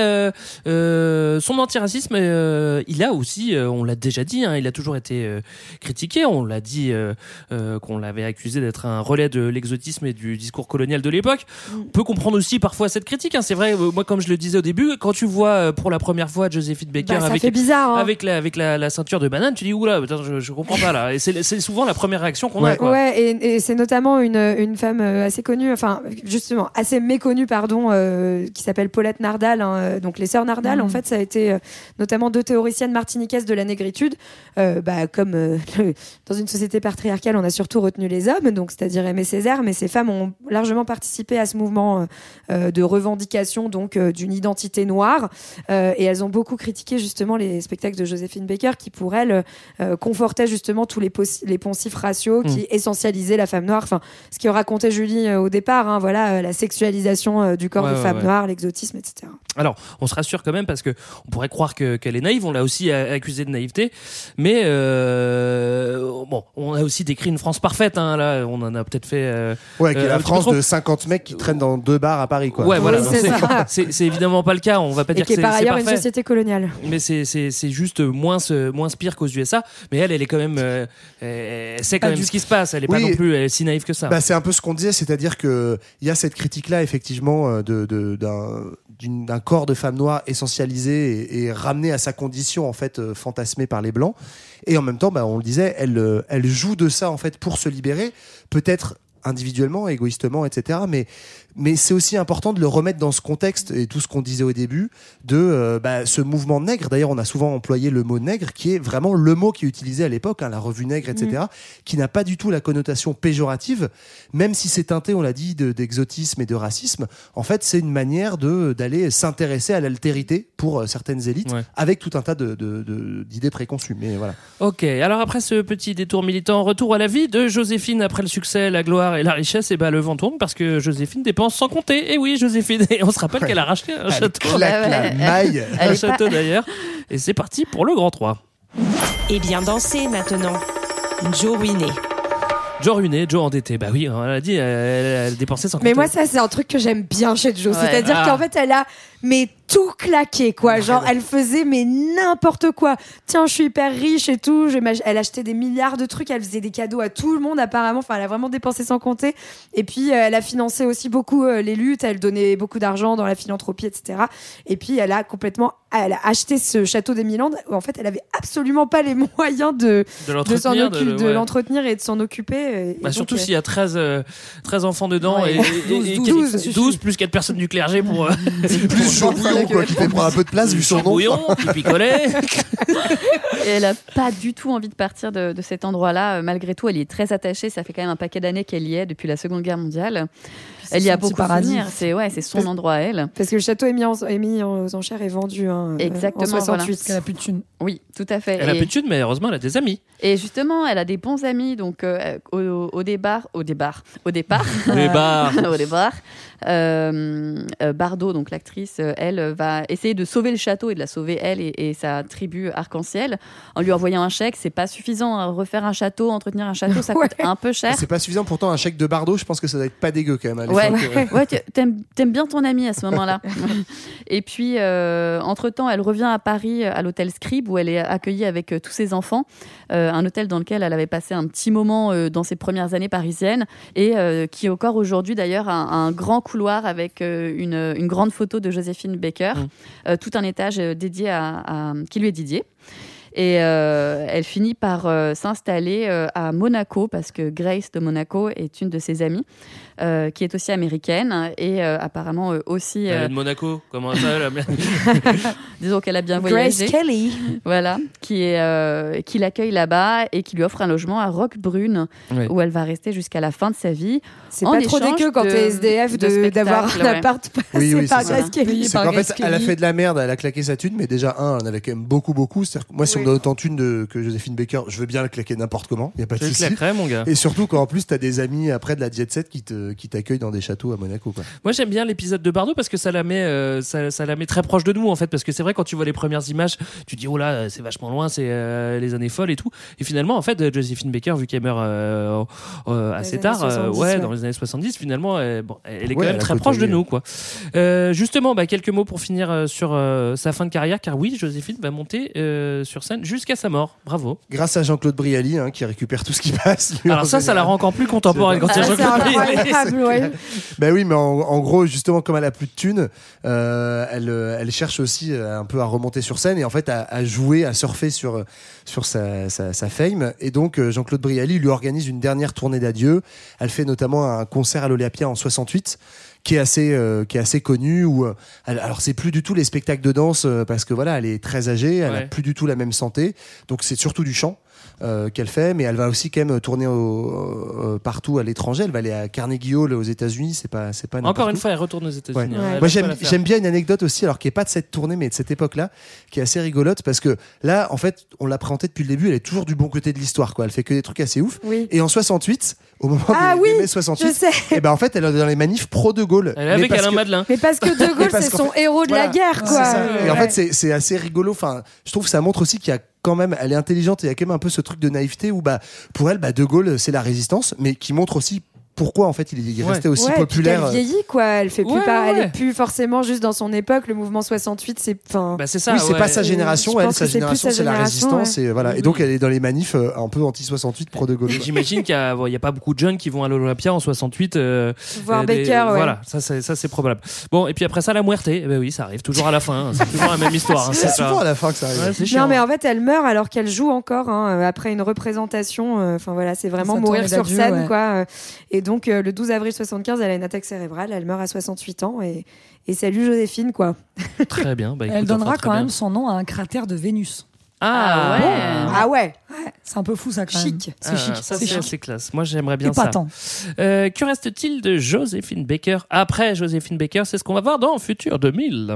H: son antiracisme, il a aussi, on l'a déjà dit, il a toujours été critiqué. On l'a dit qu'on l'avait accusé d'être un relais de l'exotisme et du discours colonial de l'époque. On peut comprendre aussi parfois cette critique. C'est vrai, moi, comme je le disais au début, quand tu vois pour la première fois Joséphine Baker avec la ceinture de banane, tu dis oula, je comprends pas là. Et c'est souvent la première réaction qu'on a.
L: Et c'est notamment une femme assez connue, justement assez méconnue, qui s'appelle Paulette Nardal, donc les sœurs Nardal. En fait, ça a été notamment 2 théoriciennes martiniquaises de la négritude. Comme dans une société patriarcale, on a surtout retenu les hommes, donc c'est-à-dire Aimé Césaire, mais ces femmes ont largement participé à ce mouvement de revendication donc d'une identité noire, et elles ont beaucoup critiqué justement les spectacles de Joséphine Baker qui, pour elles, confortaient justement tous les poncifs raciaux qui essentialisaient la femme noire. Ce que racontait Julie au départ, la sexualisation du corps des femmes noires, l'exotisme, etc.
H: Alors, on se rassure quand même, parce que on pourrait croire qu'elle est naïve. On l'a aussi accusée de naïveté, mais on a aussi décrit une France parfaite. Là, on en a peut-être fait.
J: Qui est la France de 50 mecs qui traînent dans 2 bars à Paris, quoi.
H: C'est évidemment pas le cas. On va pas dire que c'est parfait.
L: Et qui est par ailleurs une société coloniale.
H: Mais c'est juste moins pire qu'aux USA. Mais elle est quand même. Elle sait quand même ce qui se passe. Elle est pas non plus si naïve que ça.
J: C'est un peu ce qu'on disait, c'est-à-dire que il y a cette critique-là, effectivement, d'un corps de femme noire essentialisé et ramené à sa condition, en fait, fantasmée par les blancs. Et en même temps, on le disait, elle joue de ça, en fait, pour se libérer, peut-être individuellement, égoïstement, etc. Mais c'est aussi important de le remettre dans ce contexte, et tout ce qu'on disait au début, de ce mouvement nègre. D'ailleurs, on a souvent employé le mot nègre, qui est vraiment le mot qui est utilisé à l'époque, la revue Nègre, etc., qui n'a pas du tout la connotation péjorative, même si c'est teinté, on l'a dit, d'exotisme et de racisme. En fait, c'est une manière d'aller s'intéresser à l'altérité pour certaines élites, avec tout un tas d'idées préconçues. Mais voilà. Ok,
H: alors après ce petit détour militant, retour à la vie de Joséphine après le succès, la gloire et la richesse, et le vent tourne, parce que Joséphine dépense sans compter. Et oui, Joséphine, et on se rappelle qu'elle a racheté un château.
J: La maille.
H: Un château d'ailleurs. Et c'est parti pour le Grand 3.
N: Et bien danser maintenant. Joe Winnet.
H: Joe ruiné, Joe endetté. Bah oui, on l'a dit, elle dépensait sans compter.
L: Mais moi, ça, c'est un truc que j'aime bien chez Joe. Ouais. C'est-à-dire qu'en fait, elle a tout claqué, quoi. Genre, elle faisait n'importe quoi. Tiens, je suis hyper riche et tout. Elle achetait des milliards de trucs. Elle faisait des cadeaux à tout le monde, apparemment. Enfin, elle a vraiment dépensé sans compter. Et puis, elle a financé aussi beaucoup les luttes. Elle donnait beaucoup d'argent dans la philanthropie, etc. Et puis, elle a acheté ce château des Milandes où, en fait, elle avait absolument pas les moyens de l'entretenir et de s'en occuper.
H: Et surtout s'il y a 13 enfants dedans et 12 plus 4 personnes du clergé pour...
J: plus chaud bouillon, quoi, qui fait prendre un peu de place vu son nom.
H: Bouillon, qui picolait.
I: Et elle a pas du tout envie de partir de cet endroit-là. Malgré tout, elle y est très attachée. Ça fait quand même un paquet d'années qu'elle y est depuis la Seconde Guerre mondiale. Elle y a beaucoup de souvenirs. C'est son endroit à elle.
L: Parce que le château est mis aux enchères et vendu
I: exactement,
L: en 68.
I: Voilà.
L: Parce qu'elle a plus de thunes.
I: Oui, tout à fait.
H: Elle a plus de thunes, mais heureusement, elle a des amis.
I: Et justement, elle a des bons amis. Donc, au départ, Bardot, donc l'actrice, elle va essayer de sauver le château et de la sauver elle et sa tribu arc-en-ciel en lui envoyant un chèque. C'est pas suffisant. Refaire un château, entretenir un château, ça coûte un peu cher.
J: C'est pas suffisant. Pourtant, un chèque de Bardot, je pense que ça doit être pas dégueu quand même.
I: Ouais, t'aimes bien ton ami à ce moment-là. Et puis, entre-temps, elle revient à Paris à l'hôtel Scribe où elle est accueillie avec tous ses enfants. Un hôtel dans lequel elle avait passé un petit moment dans ses premières années parisiennes et qui encore aujourd'hui d'ailleurs a un grand couloir avec une grande photo de Joséphine Baker, tout un étage dédié qui lui est dédié. Et elle finit par s'installer à Monaco parce que Grace de Monaco est une de ses amies qui est aussi américaine et apparemment aussi...
H: Elle est de Monaco, comment ça
I: Disons qu'elle a bien voyagé.
L: Grace Kelly.
I: Voilà, qui l'accueille là-bas et qui lui offre un logement à Roquebrune où elle va rester jusqu'à la fin de sa vie.
L: C'est pas trop dégueu quand t'es SDF d'avoir un appart passé par Grace Kelly.
J: C'est qu'en fait, elle a fait de la merde, elle a claqué sa thune, mais déjà, elle en avait quand même beaucoup. C'est-à-dire que moi, si on me donne autant de thunes que Joséphine Baker, je veux bien la claquer n'importe comment, il n'y a pas de souci.
H: Mon gars.
J: Et surtout quand en plus, t'as des amis après de la jet set qui t'accueillent dans des châteaux à Monaco, quoi.
H: Moi, j'aime bien l'épisode de Bardot parce que ça la met très proche de nous, en fait, parce que c'est vrai, quand tu vois les premières images, tu dis, oh là, c'est vachement loin, c'est les années folles et tout. Et finalement, en fait, Joséphine Baker, vu qu'elle meurt assez tard, dans les années 70, finalement, elle est quand même très proche de nous, quoi. Justement, quelques mots pour finir sur sa fin de carrière, car oui, Joséphine va monter sur scène jusqu'à sa mort. Bravo.
J: Grâce à Jean-Claude Brialy, qui récupère tout ce qui passe.
H: Alors ça la rend encore plus contemporaine quand il y a Jean-Claude Brialy.
J: Ben oui, mais en gros, justement, comme elle a plus de thunes, elle cherche aussi un peu à remonter sur scène et en fait à jouer, à surfer sur sa fame. Et donc Jean-Claude Brialy lui organise une dernière tournée d'adieu. Elle fait notamment un concert à l'Olympia en 68. Qui est assez connu où alors c'est plus du tout les spectacles de danse parce que voilà, elle est très âgée, elle a plus du tout la même santé, donc c'est surtout du chant qu'elle fait, mais elle va aussi quand même tourner partout à l'étranger. Elle va aller à Carnegie Hall aux États-Unis, c'est pas
H: encore une fois, elle retourne aux États-Unis.
J: Ouais. Moi j'aime bien une anecdote aussi, alors qui est pas de cette tournée mais de cette époque-là, qui est assez rigolote parce que là en fait on l'a présentée depuis le début, elle est toujours du bon côté de l'histoire, quoi. Elle fait que des trucs assez ouf.
L: Oui.
J: Et en 68, au moment de mai 68, et ben en fait elle est dans les manifs pro De Gaulle.
H: Elle est avec Alain Madelin.
L: Mais parce que De Gaulle c'est son héros de la guerre, quoi.
J: C'est ça. Et en fait c'est assez rigolo. Enfin, je trouve que ça montre aussi qu'il y a quand même, elle est intelligente et il y a quand même un peu ce truc de naïveté où pour elle De Gaulle c'est la résistance, mais qui montre aussi pourquoi en fait il est resté aussi populaire.
L: Elle vieillit, quoi. Elle fait plus elle est plus forcément juste dans son époque. Le mouvement 68, c'est
J: c'est ça. Oui, c'est pas sa génération. Elle, sa génération, c'est la résistance. Et voilà. Et donc elle est dans les manifs un peu anti 68 pro De Gaulle.
H: J'imagine qu'il y a pas beaucoup de jeunes qui vont à l'Olympia en 68.
L: Voir Baker.
H: Voilà, ça c'est probable. Bon, et puis après ça, la muerte. Oui, ça arrive toujours à la fin. C'est toujours la même histoire.
J: C'est souvent à la fin que ça arrive.
L: Non, mais en fait, elle meurt alors qu'elle joue encore après une représentation. Enfin voilà, c'est vraiment mourir sur scène, quoi. Et donc le 12 avril 75, elle a une attaque cérébrale, elle meurt à 68 ans et salut Joséphine, quoi.
H: Très bien.
K: Elle donnera quand même son nom à un cratère de Vénus.
L: Ah ouais.
K: C'est un peu fou, ça, quand même.
L: Chic.
K: C'est chic.
H: Ça, c'est assez classe. Moi, j'aimerais bien
K: Épatant.
H: ça. Que reste-t-il de Joséphine Baker après Joséphine Baker? C'est ce qu'on va voir dans Futur 2000.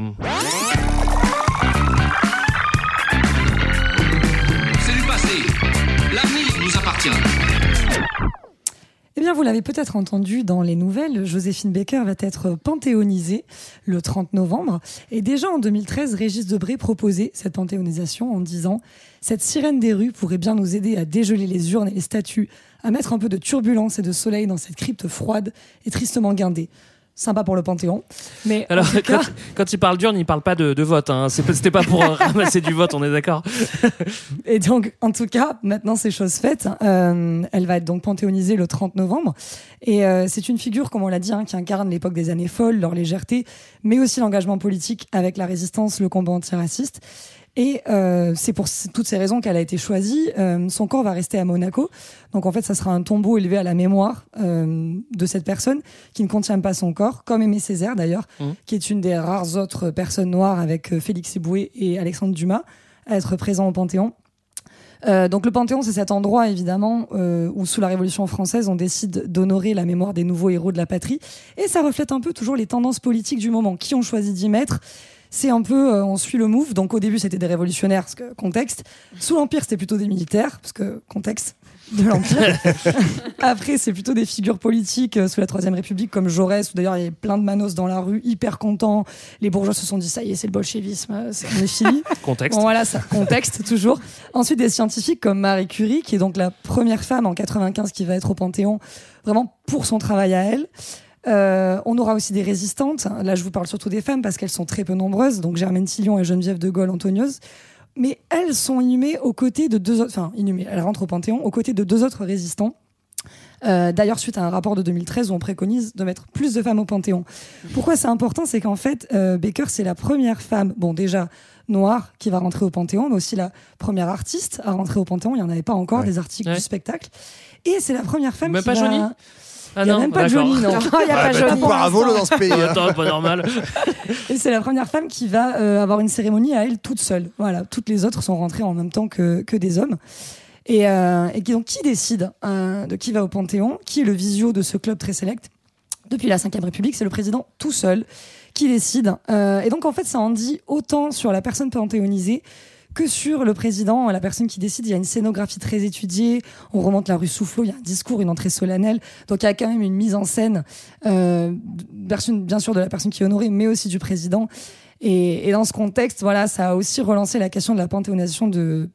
P: C'est du passé. L'avenir nous appartient.
K: Eh bien, vous l'avez peut-être entendu dans les nouvelles, Joséphine Baker va être panthéonisée le 30 novembre. Et déjà en 2013, Régis Debray proposait cette panthéonisation en disant « Cette sirène des rues pourrait bien nous aider à dégeler les urnes et les statues, à mettre un peu de turbulence et de soleil dans cette crypte froide et tristement guindée. » Sympa pour le Panthéon. Mais
H: alors, quand il parle d'urne, il parle pas de vote. Hein. C'était pas pour ramasser du vote, on est d'accord.
K: Et donc, en tout cas, maintenant c'est chose faite. Elle va être donc panthéonisée le 30 novembre. Et c'est une figure, comme on l'a dit, qui incarne l'époque des années folles, leur légèreté, mais aussi l'engagement politique avec la résistance, le combat antiraciste. Et c'est pour toutes ces raisons qu'elle a été choisie. Son corps va rester à Monaco. Donc en fait, ça sera un tombeau élevé à la mémoire de cette personne qui ne contient pas son corps, comme Aimé Césaire d'ailleurs, qui est une des rares autres personnes noires avec Félix Éboué et Alexandre Dumas à être présents au Panthéon. Donc le Panthéon, c'est cet endroit évidemment où sous la Révolution française, on décide d'honorer la mémoire des nouveaux héros de la patrie. Et ça reflète un peu toujours les tendances politiques du moment. Qui ont choisi d'y mettre ? C'est un peu, on suit le move. Donc au début, c'était des révolutionnaires, parce que contexte. Sous l'Empire, c'était plutôt des militaires, parce que contexte de l'Empire. Après, c'est plutôt des figures politiques sous la Troisième République, comme Jaurès, où d'ailleurs il y avait plein de manos dans la rue, hyper contents. Les bourgeois se sont dit, ça y est, c'est le bolchevisme, on est fini.
H: Contexte.
K: Bon, voilà, ça, contexte, toujours. Ensuite, des scientifiques comme Marie Curie, qui est donc la première femme en 95 qui va être au Panthéon, vraiment pour son travail à elle. On aura aussi des résistantes. Là, je vous parle surtout des femmes parce qu'elles sont très peu nombreuses. Donc Germaine Tillion et Geneviève de Gaulle-Antoniose. Mais elles sont inhumées aux côtés de deux autres. Enfin, inhumées. Elles rentrent au Panthéon aux côtés de deux autres résistants. D'ailleurs, suite à un rapport de 2013 où on préconise de mettre plus de femmes au Panthéon. Pourquoi c'est important ? C'est qu'en fait, Baker, c'est la première femme, bon déjà noire, qui va rentrer au Panthéon, mais aussi la première artiste à rentrer au Panthéon. Il n'y en avait pas encore des articles du spectacle. Et c'est la première femme
H: mais
K: qui
H: pas
K: va...
H: Johnny.
K: Il n'y a même pas de Johnny, non. Il n'y a pas Johnny.
J: Paravolo dans ce pays.
H: Attends, pas normal.
K: Et c'est la première femme qui va avoir une cérémonie à elle toute seule. Voilà, toutes les autres sont rentrées en même temps que des hommes. Et donc, qui décide de qui va au Panthéon ? Qui est le visio de ce club très sélect ? Depuis la Ve République, c'est le président tout seul qui décide. Et donc, en fait, ça en dit autant sur la personne panthéonisée que sur le président, la personne qui décide. Il y a une scénographie très étudiée, on remonte la rue Soufflot, il y a un discours, une entrée solennelle, donc il y a quand même une mise en scène, bien sûr de la personne qui est honorée, mais aussi du président. Et dans ce contexte, voilà, ça a aussi relancé la question de la panthéonisation de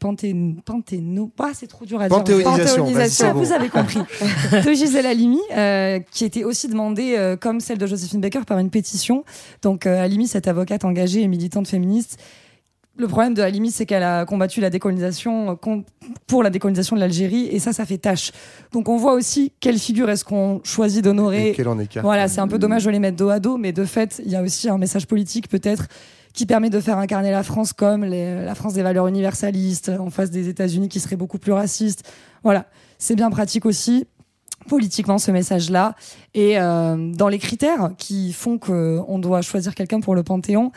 K: c'est trop dur à dire.
J: Panthéonisation.
K: Vous avez compris. De Gisèle Halimi, qui était aussi demandée, comme celle de Joséphine Baker, par une pétition. Donc Halimi, cette avocate engagée et militante féministe. Le problème de Halimi, c'est qu'elle a combattu la décolonisation pour la décolonisation de l'Algérie, et ça fait tâche. Donc on voit aussi quelle figure est-ce qu'on choisit d'honorer.
J: Et quel en écart.
K: Voilà, c'est un peu dommage de les mettre dos à dos, mais de fait, il y a aussi un message politique peut-être qui permet de faire incarner la France comme la France des valeurs universalistes, en face des États-Unis qui seraient beaucoup plus racistes. Voilà, c'est bien pratique aussi. Politiquement, ce message-là. Et dans les critères qui font qu'on doit choisir quelqu'un pour le Panthéon,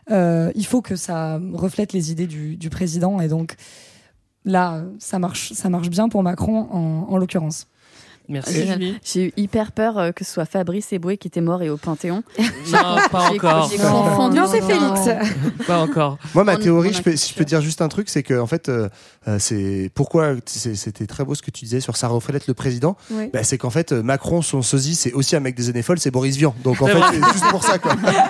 K: il faut que ça reflète les idées du président. Et donc, là, ça marche bien pour Macron, en l'occurrence.
H: Merci Julie.
I: J'ai eu hyper peur que ce soit Fabrice Eboué qui était mort et au Panthéon.
H: Non, pas encore.
L: Non, c'est Félix.
H: Pas encore.
J: Moi, ma théorie, si je peux dire juste un truc, c'est que en fait, c'est pourquoi c'était très beau ce que tu disais sur ça reflète le président.
L: Oui.
J: Bah, c'est qu'en fait, Macron, son sosie, c'est aussi un mec des années folles, c'est Boris Vian. Donc en fait, c'est juste pour ça, quoi.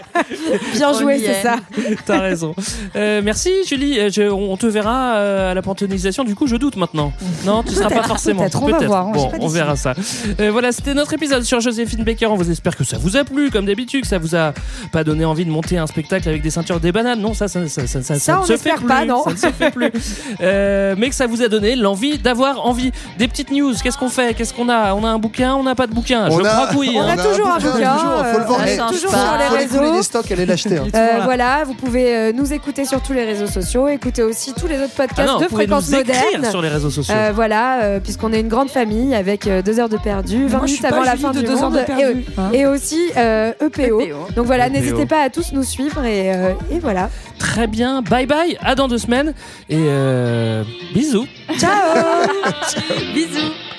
L: Bien joué, c'est ça.
H: T'as raison. Merci Julie. On te verra à la panthéonisation. Du coup, je doute maintenant. Non, tu seras pas forcément.
K: Peut-être. On va voir.
H: Bon, on verra ça. Voilà, c'était notre épisode sur Joséphine Baker. On vous espère que ça vous a plu, comme d'habitude, que ça vous a pas donné envie de monter un spectacle avec des ceintures, des bananes. Non, ça ne se fait plus.
L: Pas, non.
H: Ça ne se fait plus. Mais que ça vous a donné l'envie d'avoir envie. Des petites news. Qu'est-ce qu'on fait ? Qu'est-ce qu'on a ? On a un bouquin ? On n'a pas de bouquin ?
L: On a toujours un bouquin.
J: Faut le vendre.
L: Toujours sur les réseaux.
J: Les stocks, allez l'acheter.
L: Voilà, vous pouvez nous écouter sur tous les réseaux sociaux, écouter aussi tous les autres podcasts de Fréquence Moderne
H: sur les réseaux sociaux.
L: Voilà, puisqu'on est une grande famille avec 2 heures de perdu, 20 minutes avant la fin du monde, et aussi EPO. Donc voilà, n'hésitez pas à tous nous suivre et voilà.
H: Très bien, bye bye, à dans 2 semaines et bisous.
L: Ciao.
I: Bisous.